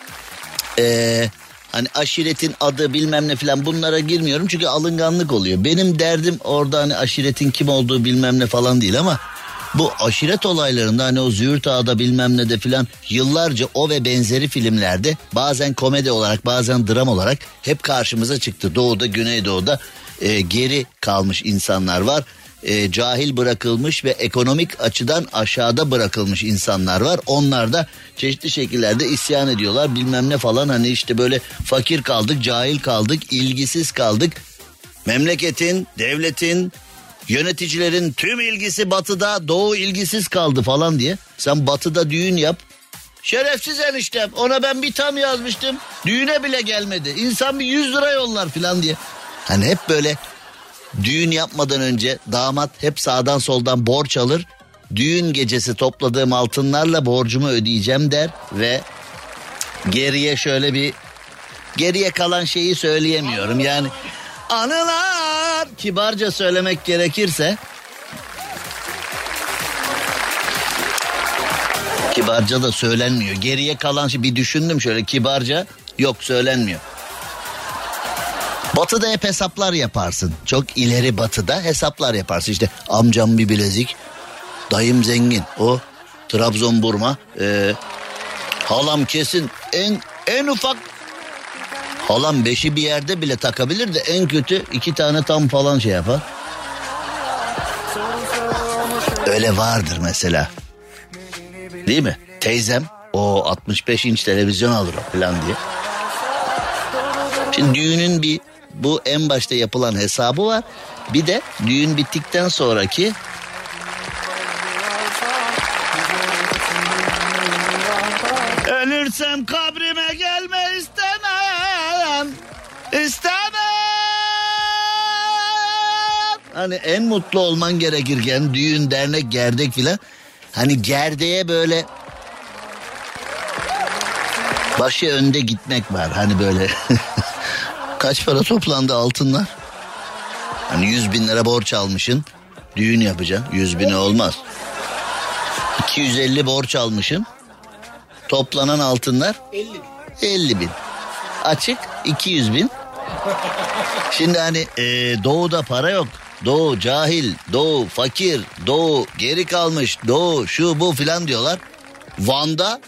Hani aşiretin adı bilmem ne falan, bunlara girmiyorum çünkü alınganlık oluyor. Benim derdim orada hani aşiretin kim olduğu bilmem ne falan değil ama bu aşiret olaylarında hani o Züğürt Ağa'da bilmem ne de filan, yıllarca o ve benzeri filmlerde bazen komedi olarak bazen dram olarak hep karşımıza çıktı. Doğuda, Güneydoğu'da geri kalmış insanlar var. Cahil bırakılmış ve ekonomik açıdan aşağıda bırakılmış insanlar var. Onlar da çeşitli şekillerde isyan ediyorlar bilmem ne falan, hani işte böyle fakir kaldık, cahil kaldık, ilgisiz kaldık. Memleketin, devletin, yöneticilerin tüm ilgisi batıda, doğu ilgisiz kaldı falan diye. Sen batıda düğün yap. Şerefsiz eniştem, ona ben bir tam yazmıştım, düğüne bile gelmedi. İnsan bir 100 lira yollar falan diye. Hani hep böyle düğün yapmadan önce damat hep sağdan soldan borç alır. Düğün gecesi topladığım altınlarla borcumu ödeyeceğim der ve geriye şöyle bir, geriye kalan şeyi söyleyemiyorum. Yani anılar, kibarca söylemek gerekirse, kibarca da söylenmiyor. Geriye kalan şey, bir düşündüm şöyle kibarca, yok söylenmiyor. Batı'da hep hesaplar yaparsın. Çok ileri batıda hesaplar yaparsın. İşte amcam bir bilezik, dayım zengin, o Trabzon burma, halam kesin en ufak, halam 5'i bir yerde bile takabilir de en kötü 2 tane tam falan şey yapar. Öyle vardır mesela. Değil mi? Teyzem o 65 inç televizyon alır falan diye. Şimdi düğünün bir, bu en başta yapılan hesabı var. Bir de düğün bittikten sonraki ölürsem kabrime gelme istemem. Hani en mutlu olman gerekirken düğün, dernek, gerdek filan. Hani gerdeğe böyle başı önde gitmek var. Hani böyle kaç para toplandı altınlar? Hani 100.000 lira borç almışsın, düğün yapacaksın. 100.000'e olmaz. 250 borç almışsın. Toplanan altınlar 50.000. Açık 200.000. Şimdi hani doğuda para yok. Doğu cahil, doğu fakir, doğu geri kalmış, doğu şu bu filan diyorlar. Van'da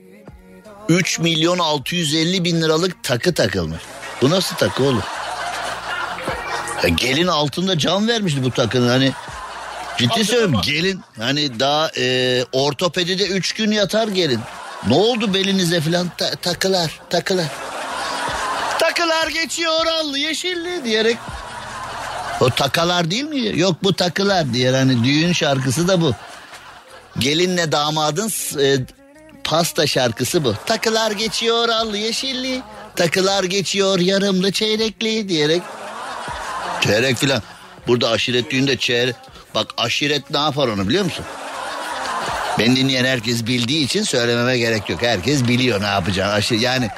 3.650.000 liralık takı takılmış. Bu nasıl takı olur? Ya gelin altında can vermişti bu takının, hani ciddi söylüyorum, gelin hani daha ortopedide 3 gün yatar gelin. Ne oldu belinize filan? Takılar. Takılar geçiyor allı yeşilli diyerek. O takalar değil mi? Yok bu takılar diye, hani düğün şarkısı da bu. Gelinle damadın pasta şarkısı bu. Takılar geçiyor allı yeşilli, takılar geçiyor yarımlı çeyrekli diyerek. Çeyrek filan. Burada aşiret düğünde çeyrek. Bak aşiret ne yapar onu biliyor musun? Ben dinleyen herkes bildiği için söylememe gerek yok. Herkes biliyor ne yapacağını. Aşiret yani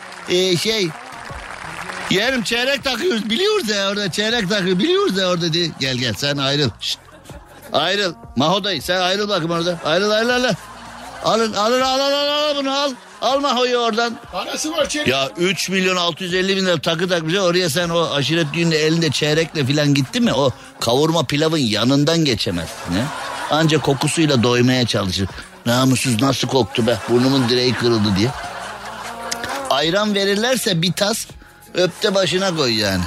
yerim çeyrek takıyoruz biliyoruz ya orada, çeyrek takıyor biliyoruz ya orada diye. Gel sen ayrıl. Şişt. Ayrıl. Maho dayı sen ayrıl bakayım orada. Ayrıl. Al bunu al. Al Maho'yu oradan. Parası var çeyrek. Ya 3.650.000 lira takı takmış. Oraya sen o aşiret düğünde elinde çeyrekle filan gitti mi? O kavurma pilavın yanından geçemezsin ya. Anca kokusuyla doymaya çalışır. Namussuz nasıl koktu be, burnumun direği kırıldı diye. Ayran verirlerse bir tas öpte başına koy yani.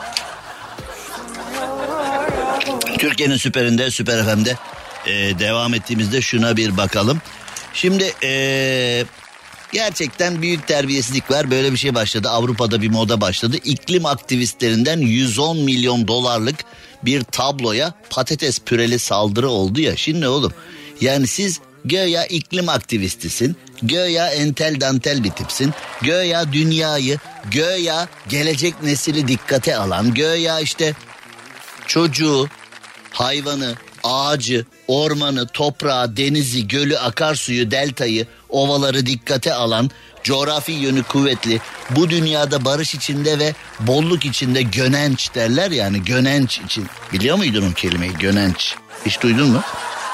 Türkiye'nin süperinde, Süper FM'de devam ettiğimizde şuna bir bakalım. Şimdi gerçekten büyük terbiyesizlik var. Böyle bir şey başladı. Avrupa'da bir moda başladı. İklim aktivistlerinden 110 milyon dolarlık bir tabloya patates püreli saldırı oldu ya. Şimdi oğlum yani siz göya iklim aktivistisin. Göya entel dantel bir tipsin. Göya dünyayı, göya gelecek nesili dikkate alan, göya işte çocuğu, hayvanı, ağacı, ormanı, toprağı, denizi, gölü, akarsuyu, deltayı, ovaları dikkate alan, coğrafi yönü kuvvetli, bu dünyada barış içinde ve bolluk içinde gönenç derler yani, gönenç için. Biliyor muydun o kelimeyi, gönenç? Hiç duydun mu?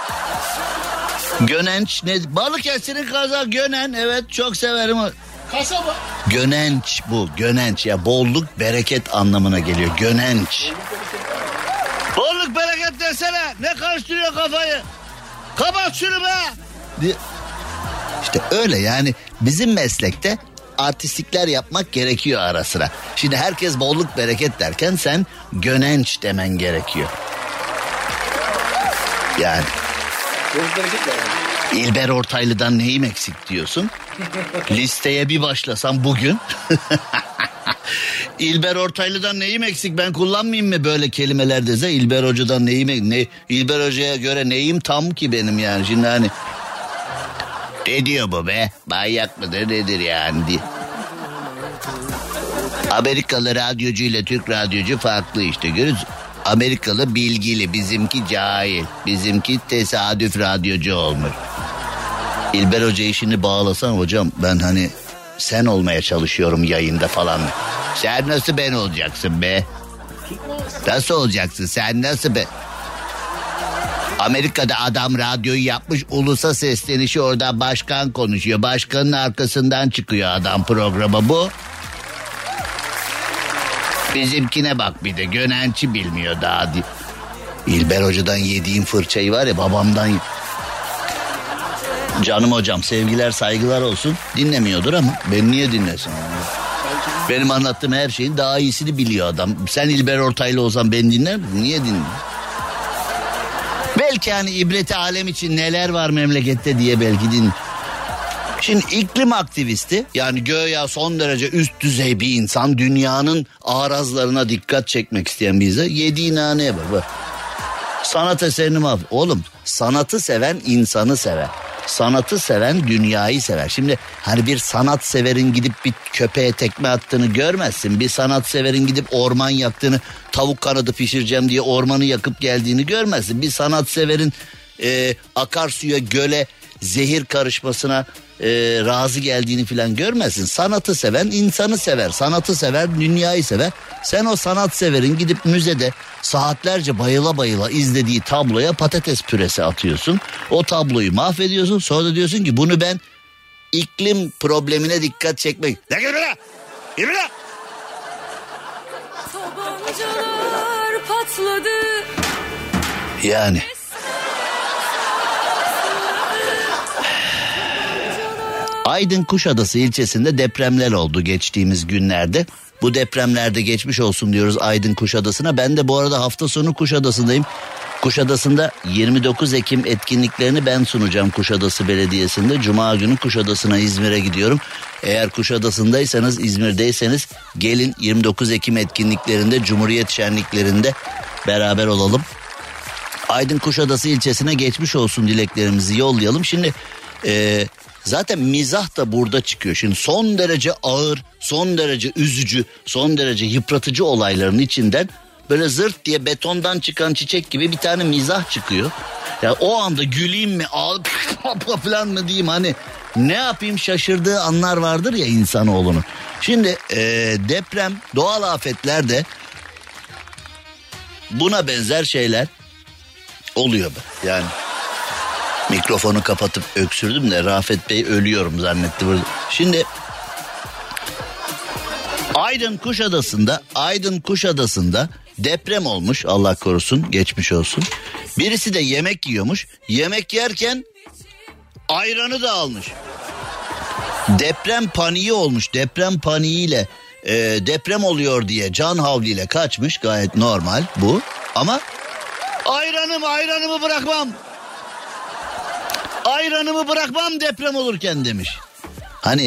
Gönenç ne? Balıkesir'in kaza gönen, evet çok severim. Kasaba. Gönenç bu, gönenç ya, bolluk bereket anlamına geliyor, gönenç. Bolluk bereket desene, ne karıştırıyor kafayı? Kapat şunu be! İşte öyle yani, bizim meslekte artistlikler yapmak gerekiyor ara sıra. Şimdi herkes bolluk bereket derken sen gönenç demen gerekiyor. Yani. İlber Ortaylı'dan neyim eksik diyorsun? Listeye bir başlasam bugün. İlber Ortaylı'dan neyim eksik, ben kullanmayayım mı böyle kelimeler dese? İlber Hoca'dan İlber Hoca'ya göre neyim tam ki benim yani, şimdi hani ne diyor bu be, manyak mıdır nedir yani diye. Amerikalı radyocu ile Türk radyocu farklı işte, görüyorsun. Amerikalı bilgili, bizimki cahil, bizimki tesadüf radyocu olmuş. İlber Hoca işini bağlasan, hocam ben hani sen olmaya çalışıyorum yayında falan. Sen nasıl ben olacaksın be? Nasıl olacaksın sen, nasıl be? Amerika'da adam radyoyu yapmış, ulusa seslenişi, oradan başkan konuşuyor. Başkanın arkasından çıkıyor adam programa, bu. Bizimkine bak bir de, gönençi bilmiyor daha. İlber Hoca'dan yediğim fırçayı var ya, babamdan. Canım hocam, sevgiler saygılar olsun. Dinlemiyordur ama ben niye dinlesin? Benim anlattığım her şeyin daha iyisini biliyor adam. Sen İlber Ortaylı olsan ben dinler misin? Niye dinler? Belki hani ibreti alem için neler var memlekette diye belki dinler. Şimdi iklim aktivisti, yani göya son derece üst düzey bir insan, dünyanın arazlarına dikkat çekmek isteyen bir insan, yediği naneye bak. Sanat eserini mahvet. Oğlum, sanatı seven insanı sever. Sanatı seven dünyayı sever. Şimdi hani bir sanat severin gidip bir köpeğe tekme attığını görmezsin. Bir sanat severin gidip orman yaktığını, tavuk kanadı pişireceğim diye ormanı yakıp geldiğini görmezsin. Bir sanat severin akarsuya, göle zehir karışmasına razı geldiğini falan görmezsin. Sanatı seven insanı sever. Sanatı sever dünyayı sever. Sen o sanat severin gidip müzede saatlerce bayıla bayıla izlediği tabloya patates püresi atıyorsun. O tabloyu mahvediyorsun. Sonra da diyorsun ki bunu ben iklim problemine dikkat çekmek. Ne gel bana? Gel bana. Tabancalar patladı. Yani. Aydın Kuşadası ilçesinde depremler oldu geçtiğimiz günlerde. Bu depremlerde geçmiş olsun diyoruz Aydın Kuşadası'na. Ben de bu arada hafta sonu Kuşadası'ndayım. Kuşadası'nda 29 Ekim etkinliklerini ben sunacağım Kuşadası Belediyesi'nde. Cuma günü Kuşadası'na, İzmir'e gidiyorum. Eğer Kuşadası'ndaysanız, İzmir'deyseniz gelin 29 Ekim etkinliklerinde, Cumhuriyet şenliklerinde beraber olalım. Aydın Kuşadası ilçesine geçmiş olsun dileklerimizi yollayalım. Şimdi zaten mizah da burada çıkıyor. Şimdi son derece ağır, son derece üzücü, son derece yıpratıcı olayların içinden böyle zırt diye betondan çıkan çiçek gibi bir tane mizah çıkıyor. Yani o anda güleyim mi, falan mı diyeyim, hani ne yapayım, şaşırdığı anlar vardır ya insanoğlunun. Şimdi deprem, doğal afetlerde buna benzer şeyler oluyor be. Yani mikrofonu kapatıp öksürdüm de Rafet Bey ölüyorum zannetti burada. Şimdi Aydın Kuşadası'nda deprem olmuş, Allah korusun, geçmiş olsun. Birisi de yemek yiyormuş. Yemek yerken ayranı da almış. Deprem paniği olmuş. Deprem paniğiyle deprem oluyor diye can havliyle kaçmış. Gayet normal bu. Ama ayranımı bırakmam. Ayranımı bırakmam deprem olurken demiş. Hani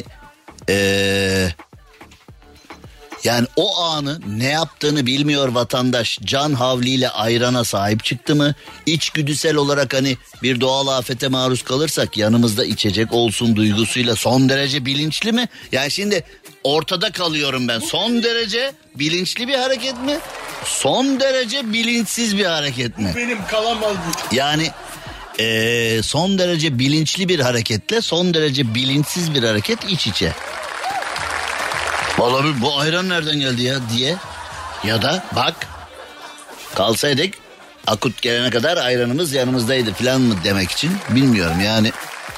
yani o anı ne yaptığını bilmiyor vatandaş. Can havliyle ayrana sahip çıktı mı? İçgüdüsel olarak hani bir doğal afete maruz kalırsak yanımızda içecek olsun duygusuyla son derece bilinçli mi? Yani şimdi ortada kalıyorum ben. Son derece bilinçli bir hareket mi? Son derece bilinçsiz bir hareket mi? Benim kalamaz bu. Yani son derece bilinçli bir hareketle son derece bilinçsiz bir hareket iç içe. Vallahi bu ayran nereden geldi ya diye. Ya da bak kalsaydık akut gelene kadar ayranımız yanımızdaydı falan mı demek için bilmiyorum yani.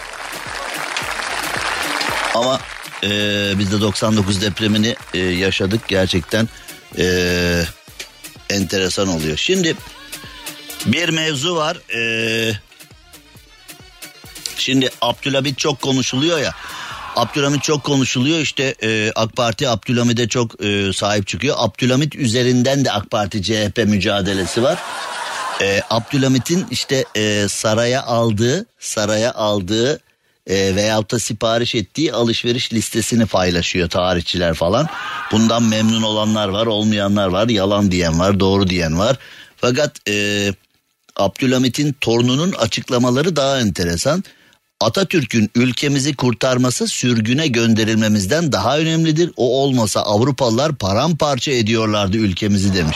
Ama biz de 99 depremini yaşadık gerçekten enteresan oluyor. Şimdi bir mevzu var. Şimdi Abdülhamit çok konuşuluyor ya. Abdülhamit çok konuşuluyor işte AK Parti Abdülhamit'e çok sahip çıkıyor. Abdülhamit üzerinden de AK Parti CHP mücadelesi var. Abdülhamit'in işte saraya aldığı veyahut da sipariş ettiği alışveriş listesini paylaşıyor tarihçiler falan. Bundan memnun olanlar var, olmayanlar var, yalan diyen var, doğru diyen var. Fakat Abdülhamit'in torununun açıklamaları daha enteresan. Atatürk'ün ülkemizi kurtarması sürgüne gönderilmemizden daha önemlidir. O olmasa Avrupalılar paramparça ediyorlardı ülkemizi demiş.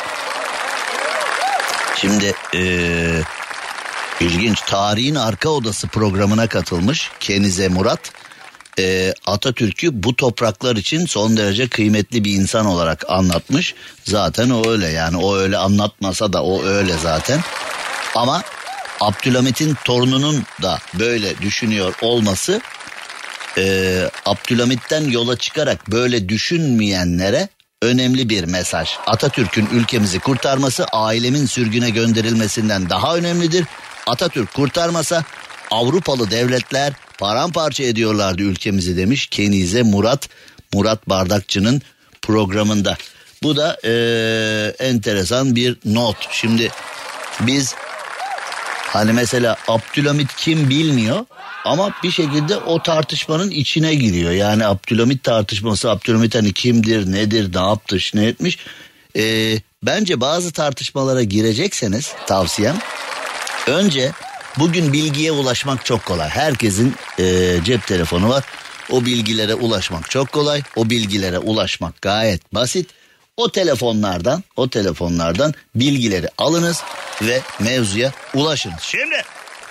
Şimdi ilginç, Tarihin Arka Odası programına katılmış Kenize Murat. Atatürk'ü bu topraklar için son derece kıymetli bir insan olarak anlatmış. Zaten o öyle, yani o öyle anlatmasa da o öyle zaten. Ama Abdülhamit'in torununun da böyle düşünüyor olması Abdülhamit'ten yola çıkarak böyle düşünmeyenlere önemli bir mesaj. Atatürk'ün ülkemizi kurtarması ailemin sürgüne gönderilmesinden daha önemlidir. Atatürk kurtarmasa Avrupalı devletler paramparça ediyorlardı ülkemizi demiş Kenize Murat Bardakçı'nın programında. Bu da enteresan bir not. Şimdi biz hani mesela Abdülhamit kim bilmiyor ama bir şekilde o tartışmanın içine giriyor. Yani Abdülhamit tartışması, Abdülhamit hani kimdir, nedir, ne yaptı, ne etmiş. Bence bazı tartışmalara girecekseniz tavsiyem, önce bugün bilgiye ulaşmak çok kolay. Herkesin cep telefonu var. O bilgilere ulaşmak çok kolay. O bilgilere ulaşmak gayet basit. O telefonlardan bilgileri alınız ve mevzuya ulaşınız. Şimdi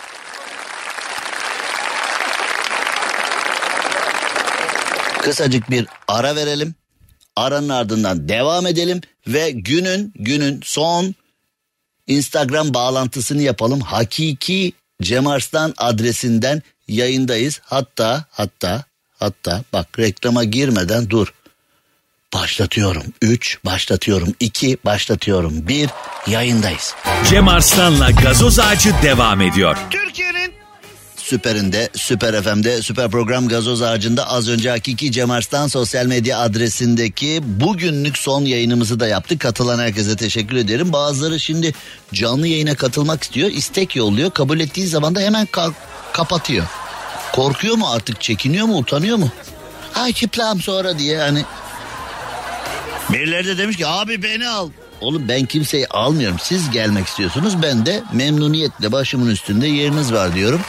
kısacık bir ara verelim. Aranın ardından devam edelim ve günün son Instagram bağlantısını yapalım. Hakiki Cem Arslan adresinden yayındayız. Hatta bak reklama girmeden dur. Başlatıyorum. 3, başlatıyorum. 2, başlatıyorum. 1, yayındayız. Cem Arslan'la Gazoz Ağacı devam ediyor. Türkiye'nin Süper'inde, Süper FM'de, Süper Program Gazoz Ağacı'nda az önce Hakiki Cem Arslan sosyal medya adresindeki bugünlük son yayınımızı da yaptık. Katılan herkese teşekkür ederim. Bazıları şimdi canlı yayına katılmak istiyor, istek yolluyor. Kabul ettiği zaman da hemen kapatıyor. Korkuyor mu artık, çekiniyor mu, utanıyor mu? Ay kiplağım sonra diye hani. Birileri de demiş ki abi beni al. Oğlum ben kimseyi almıyorum. Siz gelmek istiyorsunuz. Ben de memnuniyetle başımın üstünde yeriniz var diyorum.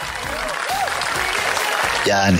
Yani.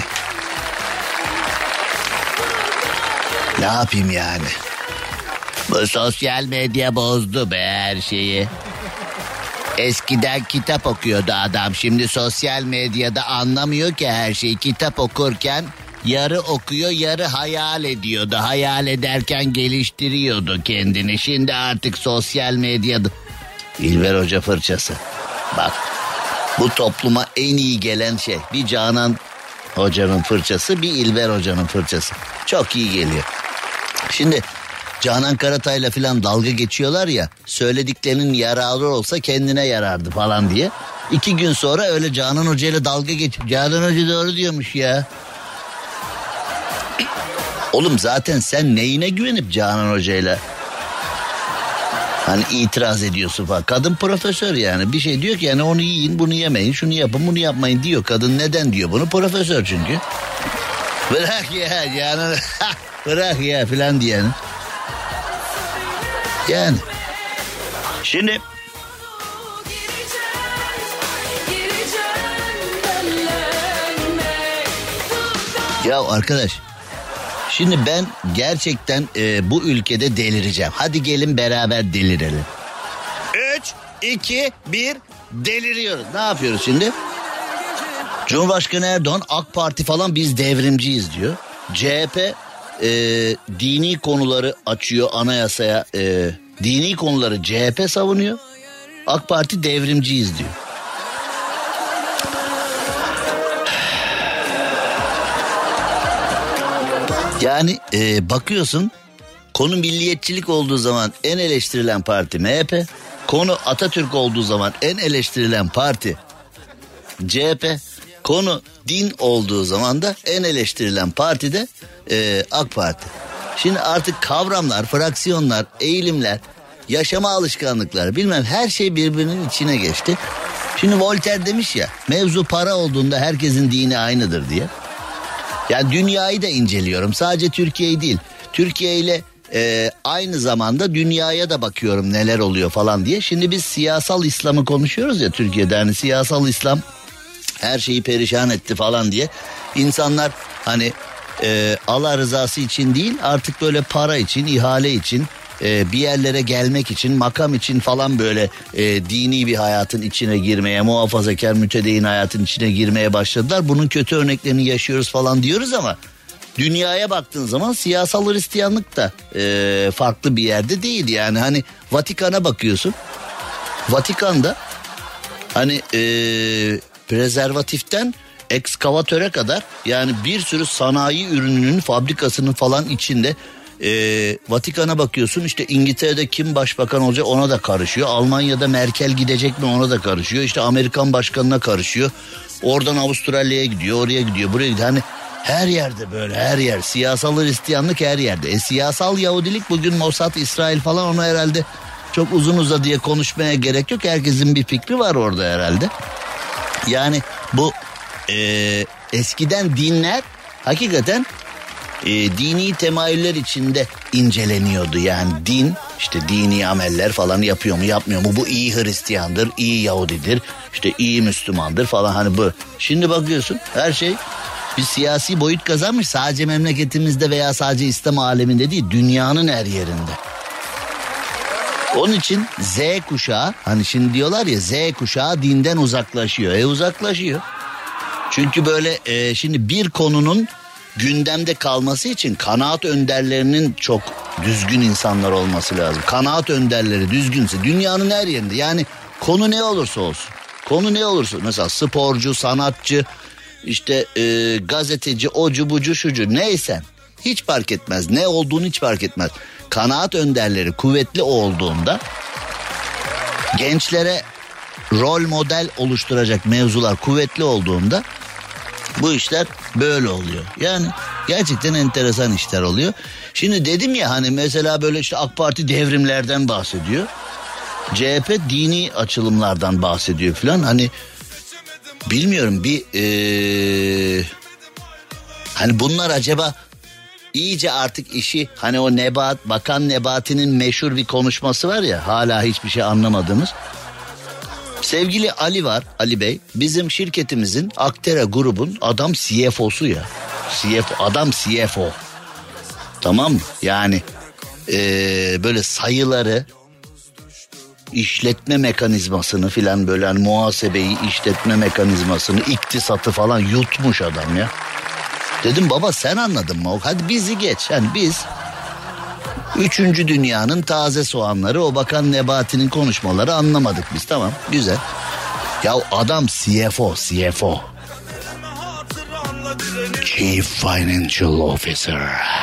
Ne yapayım yani? Bu sosyal medya bozdu be her şeyi. Eskiden kitap okuyordu adam. Şimdi sosyal medyada anlamıyor ki her şeyi. Kitap okurken yarı okuyor, yarı hayal ediyordu. Hayal ederken geliştiriyordu kendini. Şimdi artık sosyal medyada. İlber Hoca fırçası. Bak, bu topluma en iyi gelen şey. Bir Canan Hoca'nın fırçası, bir İlber Hoca'nın fırçası. Çok iyi geliyor. Şimdi Canan Karatay'la falan dalga geçiyorlar ya. Söylediklerinin yararı olsa kendine yarardı falan diye. 2 gün sonra öyle Canan Hoca'yla dalga geçip Canan Hoca doğru diyormuş ya. Oğlum zaten sen neyine güvenip Canan Hoca'yla hani itiraz ediyorsun falan. Kadın profesör yani, bir şey diyor ki yani onu yiyin, bunu yemeyin, şunu yapın, bunu yapmayın diyor. Kadın neden diyor bunu? Profesör çünkü. Bırak ya yani bırak ya filan diyen. Yani şimdi ya arkadaş, şimdi ben gerçekten bu ülkede delireceğim. Hadi gelin beraber delirelim. 3, 2, 1 deliriyoruz. Ne yapıyoruz şimdi? Cumhurbaşkanı Erdoğan AK Parti falan biz devrimciyiz diyor. CHP dini konuları açıyor anayasaya. Dini konuları CHP savunuyor. AK Parti devrimciyiz diyor. Yani bakıyorsun, konu milliyetçilik olduğu zaman en eleştirilen parti MHP. Konu Atatürk olduğu zaman en eleştirilen parti CHP. Konu din olduğu zaman da en eleştirilen parti de AK Parti. Şimdi artık kavramlar, fraksiyonlar, eğilimler, yaşama alışkanlıkları, bilmem, her şey birbirinin içine geçti. Şimdi Voltaire demiş ya, mevzu para olduğunda herkesin dini aynıdır diye. Yani dünyayı da inceliyorum, sadece Türkiye'yi değil. Türkiye ile aynı zamanda dünyaya da bakıyorum neler oluyor falan diye. Şimdi biz siyasal İslam'ı konuşuyoruz ya Türkiye'de, hani siyasal İslam her şeyi perişan etti falan diye. İnsanlar hani Allah rızası için değil, artık böyle para için, ihale için, bir yerlere gelmek için, makam için falan böyle dini bir hayatın içine girmeye, muhafazakar, mütedeyyin hayatın içine girmeye başladılar. Bunun kötü örneklerini yaşıyoruz falan diyoruz ama dünyaya baktığın zaman siyasal Hristiyanlık da farklı bir yerde değil. Yani hani Vatikan'a bakıyorsun. Vatikan'da hani prezervatiften ekskavatöre kadar, yani bir sürü sanayi ürününün fabrikasının falan içinde. Vatikan'a bakıyorsun, işte İngiltere'de kim başbakan olacak ona da karışıyor. Almanya'da Merkel gidecek mi ona da karışıyor. İşte Amerikan başkanına karışıyor. Oradan Avustralya'ya gidiyor, oraya gidiyor, buraya gidiyor. Hani her yerde böyle, her yer. Siyasal Hristiyanlık her yerde. Siyasal Yahudilik bugün Mossad, İsrail falan, onu herhalde çok uzun uzadıya konuşmaya gerek yok. Herkesin bir fikri var orada herhalde. Yani bu eskiden dinler hakikaten dini temayüller içinde inceleniyordu. Yani din, işte dini ameller falan yapıyor mu yapmıyor mu, bu iyi Hristiyandır, iyi Yahudidir, işte iyi Müslümandır falan, hani bu. Şimdi bakıyorsun her şey bir siyasi boyut kazanmış, sadece memleketimizde veya sadece İslam aleminde değil, dünyanın her yerinde. Onun için Z kuşağı, hani şimdi diyorlar ya Z kuşağı dinden uzaklaşıyor. Uzaklaşıyor. Çünkü böyle şimdi bir konunun gündemde kalması için kanaat önderlerinin çok düzgün insanlar olması lazım. Kanaat önderleri düzgünse dünyanın her yerinde, yani konu ne olursa olsun. Konu ne olursa, mesela sporcu, sanatçı, işte gazeteci, ocu bucu şucu, neysen hiç fark etmez. Ne olduğunu hiç fark etmez. Kanaat önderleri kuvvetli olduğunda, gençlere rol model oluşturacak mevzular kuvvetli olduğunda bu işler böyle oluyor. Yani gerçekten enteresan işler oluyor. Şimdi dedim ya, hani mesela böyle işte AK Parti devrimlerden bahsediyor. CHP dini açılımlardan bahsediyor falan. Hani bilmiyorum, bir hani bunlar acaba iyice artık işi, hani o Bakan Nebati'nin meşhur bir konuşması var ya, hala hiçbir şey anlamadığımız. Sevgili Ali var, Ali Bey, bizim şirketimizin Aktera grubun adam CFO'su ya. Adam CFO. Tamam mı? Yani böyle sayıları, işletme mekanizmasını filan, böyle hani muhasebeyi, işletme mekanizmasını, iktisatı falan yutmuş adam ya. Dedim baba sen anladın mı? Hadi bizi geç. Yani biz 3. dünyanın taze soğanları, o Bakan Nebati'nin konuşmaları anlamadık biz, tamam güzel. Ya adam CFO. Chief Financial Officer.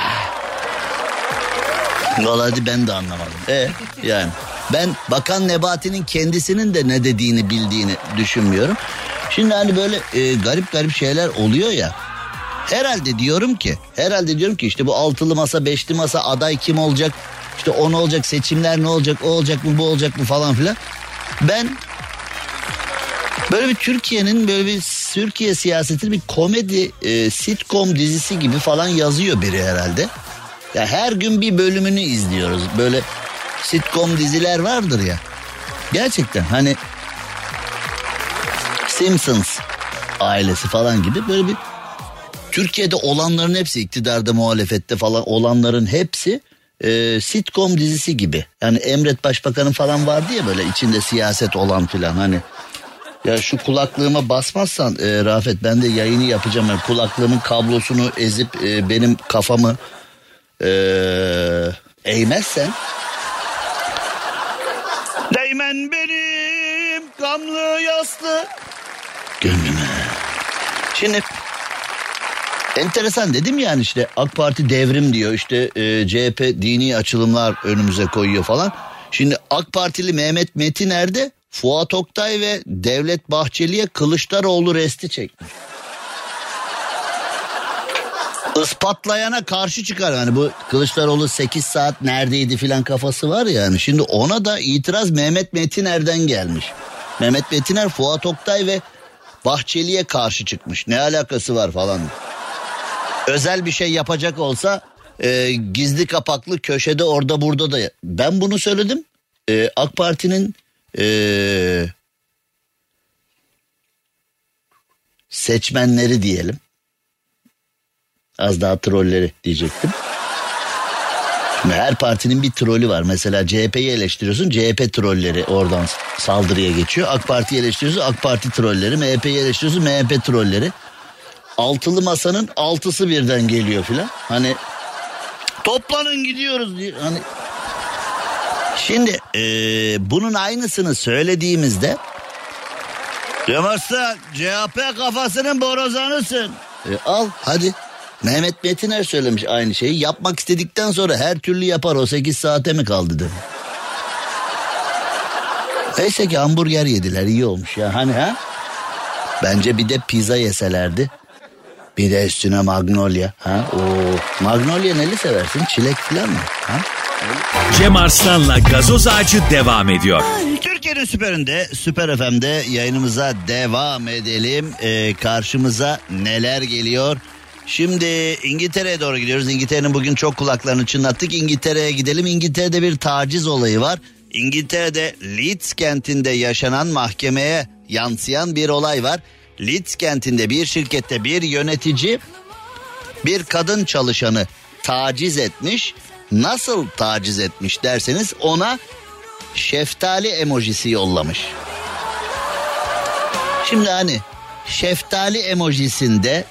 Vallahi ben de anlamadım. Yani ben Bakan Nebati'nin kendisinin de ne dediğini bildiğini düşünmüyorum. Şimdi hani böyle garip şeyler oluyor ya. Herhalde diyorum ki işte bu altılı masa, beşli masa, aday kim olacak? İşte o ne olacak, seçimler ne olacak, o olacak mı, bu olacak mı falan filan. Ben böyle bir Türkiye siyasetini bir komedi sitcom dizisi gibi falan yazıyor biri herhalde. Ya her gün bir bölümünü izliyoruz. Böyle sitcom diziler vardır ya. Gerçekten hani Simpsons ailesi falan gibi böyle bir Türkiye'de olanların hepsi, iktidarda, muhalefette falan olanların hepsi sitcom dizisi gibi. Yani Emret Başbakan'ın falan vardı ya böyle içinde siyaset olan filan hani. Ya şu kulaklığıma basmazsan Rafet, ben de yayını yapacağım. Yani kulaklığımın kablosunu ezip benim kafamı eğmezsen. Değmen benim gamlı yaslı gönlüme. Şimdi enteresan dedim yani, işte AK Parti devrim diyor, işte CHP dini açılımlar önümüze koyuyor falan. Şimdi AK Partili Mehmet Metiner de Fuat Oktay ve Devlet Bahçeli'ye Kılıçdaroğlu resti çekmiş. Ispatlayana karşı çıkar. Yani bu Kılıçdaroğlu 8 saat neredeydi filan kafası var ya yani. Şimdi ona da itiraz Mehmet Metiner'den gelmiş. Mehmet Metiner Fuat Oktay ve Bahçeli'ye karşı çıkmış. Ne alakası var falan. Özel bir şey yapacak olsa gizli kapaklı köşede orada burada da. Ben bunu söyledim. AK Parti'nin seçmenleri diyelim. Az daha trolleri diyecektim. Şimdi her partinin bir trolü var. Mesela CHP'yi eleştiriyorsun, CHP trolleri oradan saldırıya geçiyor. AK Parti'yi eleştiriyorsun, AK Parti trolleri. MHP'yi eleştiriyorsun, MHP trolleri. Altılı masanın altısı birden geliyor filan. Hani toplanın gidiyoruz diye. Hani şimdi bunun aynısını söylediğimizde Yamaç'ta CHP kafasının borazanısın. Al hadi. Mehmet Metiner söylemiş aynı şeyi. Yapmak istedikten sonra her türlü yapar. O 8 saate mi kaldı dedi. Neyse ki hamburger yediler, iyi olmuş ya. Hani ha? Bence bir de pizza yeselerdi. Bir de üstüne magnolia. Ha? Oo. Magnolia neli seversin? Çilek falan mı? Ha? Cem Arslan'la Gazoz Ağacı devam ediyor. Türkiye'nin süperinde, Süper FM'de yayınımıza devam edelim. Karşımıza neler geliyor? Şimdi İngiltere'ye doğru gidiyoruz. İngiltere'nin bugün çok kulaklarını çınlattık. İngiltere'ye gidelim. İngiltere'de bir taciz olayı var. İngiltere'de Leeds kentinde yaşanan, mahkemeye yansıyan bir olay var. Leeds kentinde bir şirkette bir yönetici bir kadın çalışanı taciz etmiş. Nasıl taciz etmiş derseniz ona şeftali emojisi yollamış. Şimdi hani şeftali emojisinde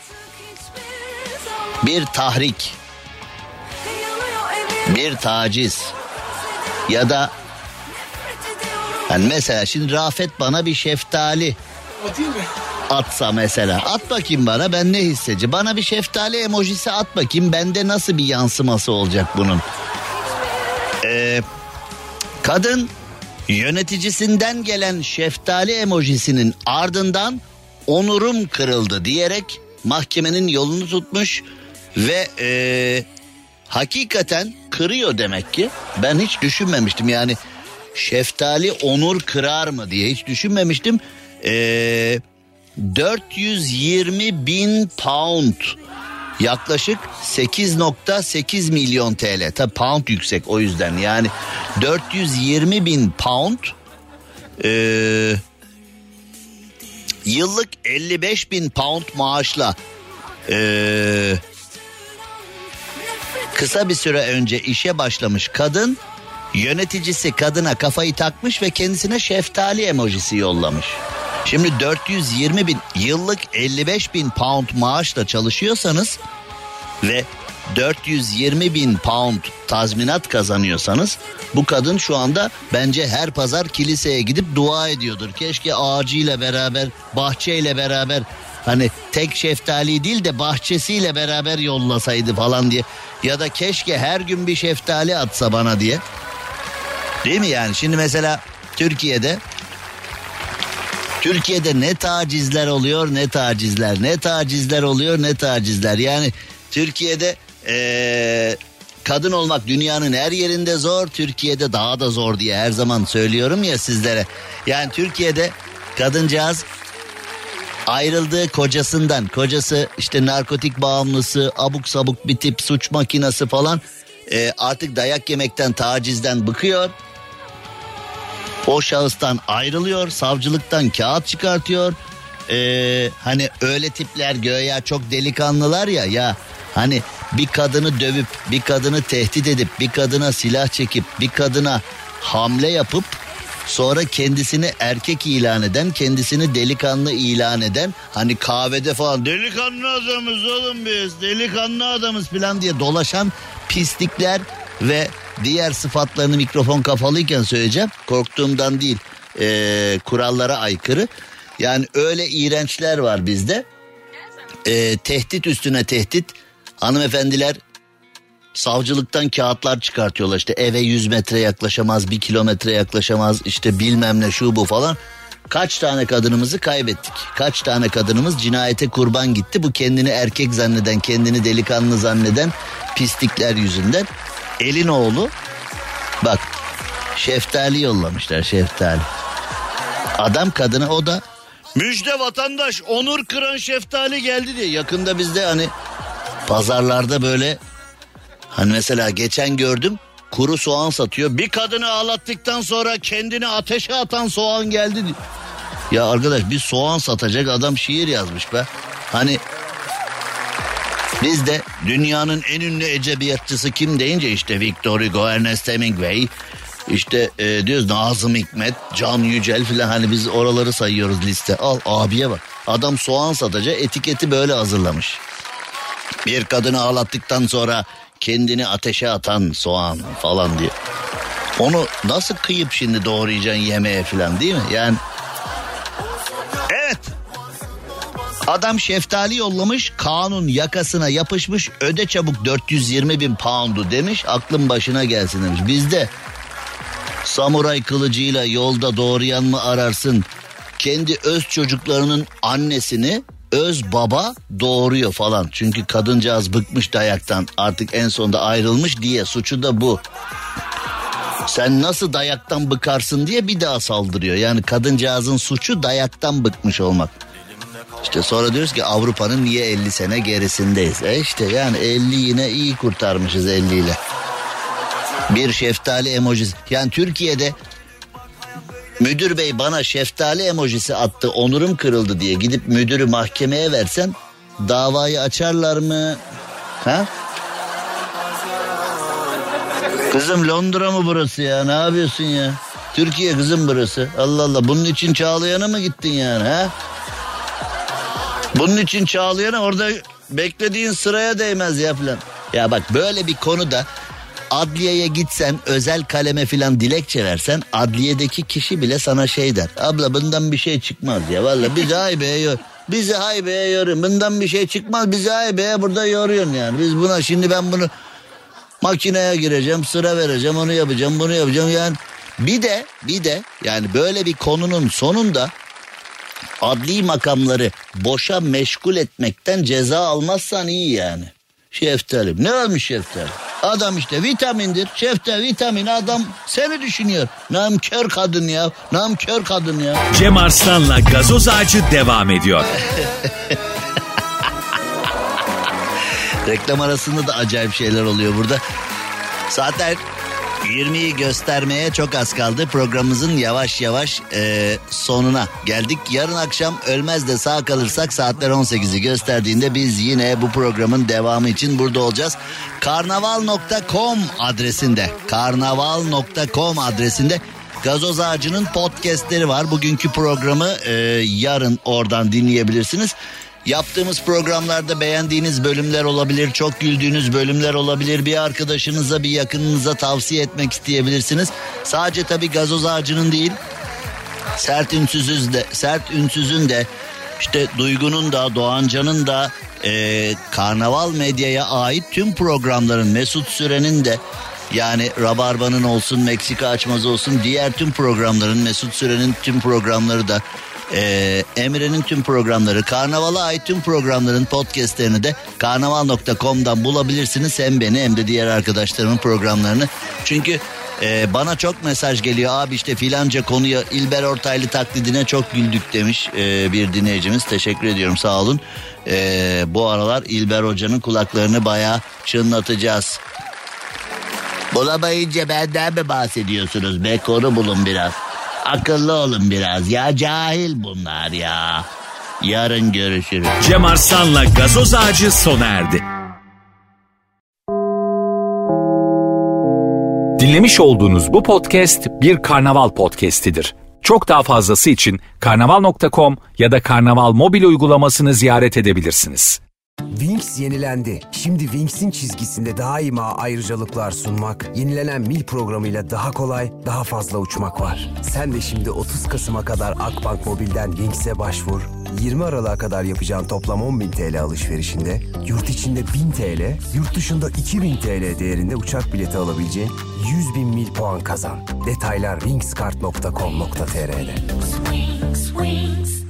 bir tahrik, bir taciz ya da yani mesela şimdi Rafet bana bir şeftali atsa mesela, at bakayım bana, ben ne hissedeceğim? Bana bir şeftali emojisi at bakayım, bende nasıl bir yansıması olacak bunun? Kadın yöneticisinden gelen şeftali emojisinin ardından onurum kırıldı diyerek mahkemenin yolunu tutmuş ve hakikaten kırıyor demek ki. Ben hiç düşünmemiştim yani şeftali onur kırar mı diye hiç düşünmemiştim. 420 bin pound, yaklaşık 8.8 milyon TL. Tabi pound yüksek, o yüzden yani 420 bin pound, yıllık 55 bin pound maaşla kısa bir süre önce işe başlamış kadın, yöneticisi kadına kafayı takmış ve kendisine şeftali emojisi yollamış. Şimdi 420 bin, yıllık 55 bin pound maaşla çalışıyorsanız ve 420 bin pound tazminat kazanıyorsanız, bu kadın şu anda bence her pazar kiliseye gidip dua ediyordur. Keşke ağacıyla beraber, bahçeyle beraber, hani tek şeftali değil de bahçesiyle beraber yollasaydı falan diye. Ya da keşke her gün bir şeftali atsa bana diye. Değil mi yani? Şimdi mesela Türkiye'de Türkiye'de ne tacizler oluyor, ne tacizler, ne tacizler oluyor, ne tacizler. Yani Türkiye'de kadın olmak dünyanın her yerinde zor, Türkiye'de daha da zor diye her zaman söylüyorum ya sizlere. Yani Türkiye'de kadıncağız ayrıldığı kocasından, kocası işte narkotik bağımlısı, abuk sabuk bir tip, suç makinası falan, artık dayak yemekten, tacizden bıkıyor. O şahıstan ayrılıyor, savcılıktan kağıt çıkartıyor. Hani öyle tipler göya çok delikanlılar ya hani bir kadını dövüp, bir kadını tehdit edip, bir kadına silah çekip, bir kadına hamle yapıp sonra kendisini erkek ilan eden, kendisini delikanlı ilan eden, hani kahvede falan delikanlı adamız oğlum biz, delikanlı adamız falan diye dolaşan pislikler ve diğer sıfatlarını mikrofon kapalıyken söyleyeceğim. Korktuğumdan değil, kurallara aykırı. Yani öyle iğrençler var bizde. Tehdit üstüne tehdit. Hanımefendiler savcılıktan kağıtlar çıkartıyorlar. İşte eve 100 metre yaklaşamaz, 1 kilometre yaklaşamaz, işte bilmem ne şu bu falan. Kaç tane kadınımızı kaybettik? Kaç tane kadınımız cinayete kurban gitti? Bu kendini erkek zanneden, kendini delikanlı zanneden pislikler yüzünden. Elin oğlu bak, şeftali yollamışlar, şeftali. Adam kadına, o da müjde vatandaş, onur kıran şeftali geldi diye. Yakında bizde hani pazarlarda böyle, hani mesela geçen gördüm, kuru soğan satıyor. Bir kadını ağlattıktan sonra kendini ateşe atan soğan geldi diye. Ya arkadaş, bir soğan satacak adam şiir yazmış be. Hani biz de dünyanın en ünlü edebiyatçısı kim deyince işte Victor Hugo, Ernest Hemingway, işte diyoruz Nazım Hikmet, Can Yücel filan, hani biz oraları sayıyoruz liste. Al abiye bak, adam soğan satacak, etiketi böyle hazırlamış. Bir kadını ağlattıktan sonra kendini ateşe atan soğan falan diye. Onu nasıl kıyıp şimdi doğrayacaksın yemeğe filan, değil mi? Yani evet. Adam şeftali yollamış, kanun yakasına yapışmış, öde çabuk 420.000 pound'u demiş, aklın başına gelsin demiş. Bizde samuray kılıcıyla yolda doğrayan mı ararsın, kendi öz çocuklarının annesini öz baba doğuruyor falan. Çünkü kadıncağız bıkmış dayaktan, artık en sonunda ayrılmış diye, suçu da bu. Sen nasıl dayaktan bıkarsın diye bir daha saldırıyor. Yani kadıncağızın suçu dayaktan bıkmış olmak. İşte sonra diyoruz ki Avrupa'nın niye 50 sene gerisindeyiz? İşte yani 50 yine iyi kurtarmışız 50 ile. Bir şeftali emojisi. Yani Türkiye'de müdür bey bana şeftali emojisi attı, onurum kırıldı diye gidip müdürü mahkemeye versen davayı açarlar mı? Ha? Kızım Londra mı burası ya? Ne yapıyorsun ya? Türkiye kızım burası. Allah Allah, bunun için Çağlayan'a mı gittin yani ha? Bunun için Çağlayan'a, orada beklediğin sıraya değmez ya filan. Ya bak, böyle bir konuda adliyeye gitsen, özel kaleme filan dilekçe versen, adliyedeki kişi bile sana şey der. Abla bundan bir şey çıkmaz ya, vallahi bizi haybeye yor. Bizi haybeye yoruyorsun. Bundan bir şey çıkmaz, bizi haybeye burada yoruyorsun yani. Biz buna şimdi, ben bunu makineye gireceğim, sıra vereceğim, onu yapacağım, bunu yapacağım yani. Bir de yani böyle bir konunun sonunda adli makamları boşa meşgul etmekten ceza almazsan iyi yani. Şeftali. Ne olmuş şeftali? Adam işte vitamindir. Şeftali vitamin, adam seni düşünüyor. Namkör kadın ya. Namkör kadın ya. Cem Arslan'la Gazoz Ağacı devam ediyor. Reklam arasında da acayip şeyler oluyor burada. Zaten 20'yi göstermeye çok az kaldı. Programımızın yavaş yavaş sonuna geldik. Yarın akşam ölmez de sağ kalırsak saatler 18'i gösterdiğinde biz yine bu programın devamı için burada olacağız. Karnaval.com adresinde Gazoz Ağacı'nın podcastleri var. Bugünkü programı yarın oradan dinleyebilirsiniz. Yaptığımız programlarda beğendiğiniz bölümler olabilir, çok güldüğünüz bölümler olabilir. Bir arkadaşınıza, bir yakınınıza tavsiye etmek isteyebilirsiniz. Sadece tabii Gazoz Ağacı'nın değil, Sert Ünsüz'ün de, işte Duygu'nun da, Doğancan'ın da, Karnaval Medya'ya ait tüm programların, Mesut Süren'in de, yani Rabarba'nın olsun, Meksika Açmazı olsun, diğer tüm programların, Mesut Süren'in tüm programları da, Emre'nin tüm programları, Karnaval'a ait tüm programların podcastlerini de karnaval.com'dan bulabilirsiniz. Hem beni hem de diğer arkadaşlarımın programlarını. Çünkü bana çok mesaj geliyor. Abi işte filanca konuya İlber Ortaylı taklidine çok güldük demiş bir dinleyicimiz. Teşekkür ediyorum, sağ olun. Bu aralar İlber Hoca'nın kulaklarını bayağı çınlatacağız. Bulamayınca benden mi bahsediyorsunuz be? Konu bulun biraz. Akıllı olun biraz ya, cahil bunlar ya. Yarın görüşürüz. Cem Arslan'la Gazoz Ağacı sona erdi. Dinlemiş olduğunuz bu podcast bir Karnaval podcastidir. Çok daha fazlası için karnaval.com ya da Karnaval mobil uygulamasını ziyaret edebilirsiniz. Wings yenilendi. Şimdi Wings'in çizgisinde daima ayrıcalıklar sunmak, yenilenen mil programıyla daha kolay, daha fazla uçmak var. Sen de şimdi 30 Kasım'a kadar Akbank Mobil'den Wings'e başvur. 20 Aralık'a kadar yapacağın toplam 10.000 TL alışverişinde, yurt içinde 1.000 TL, yurt dışında 2.000 TL değerinde uçak bileti alabileceğin 100.000 mil puan kazan. Detaylar wingskart.com.tr'de. Wings, wings.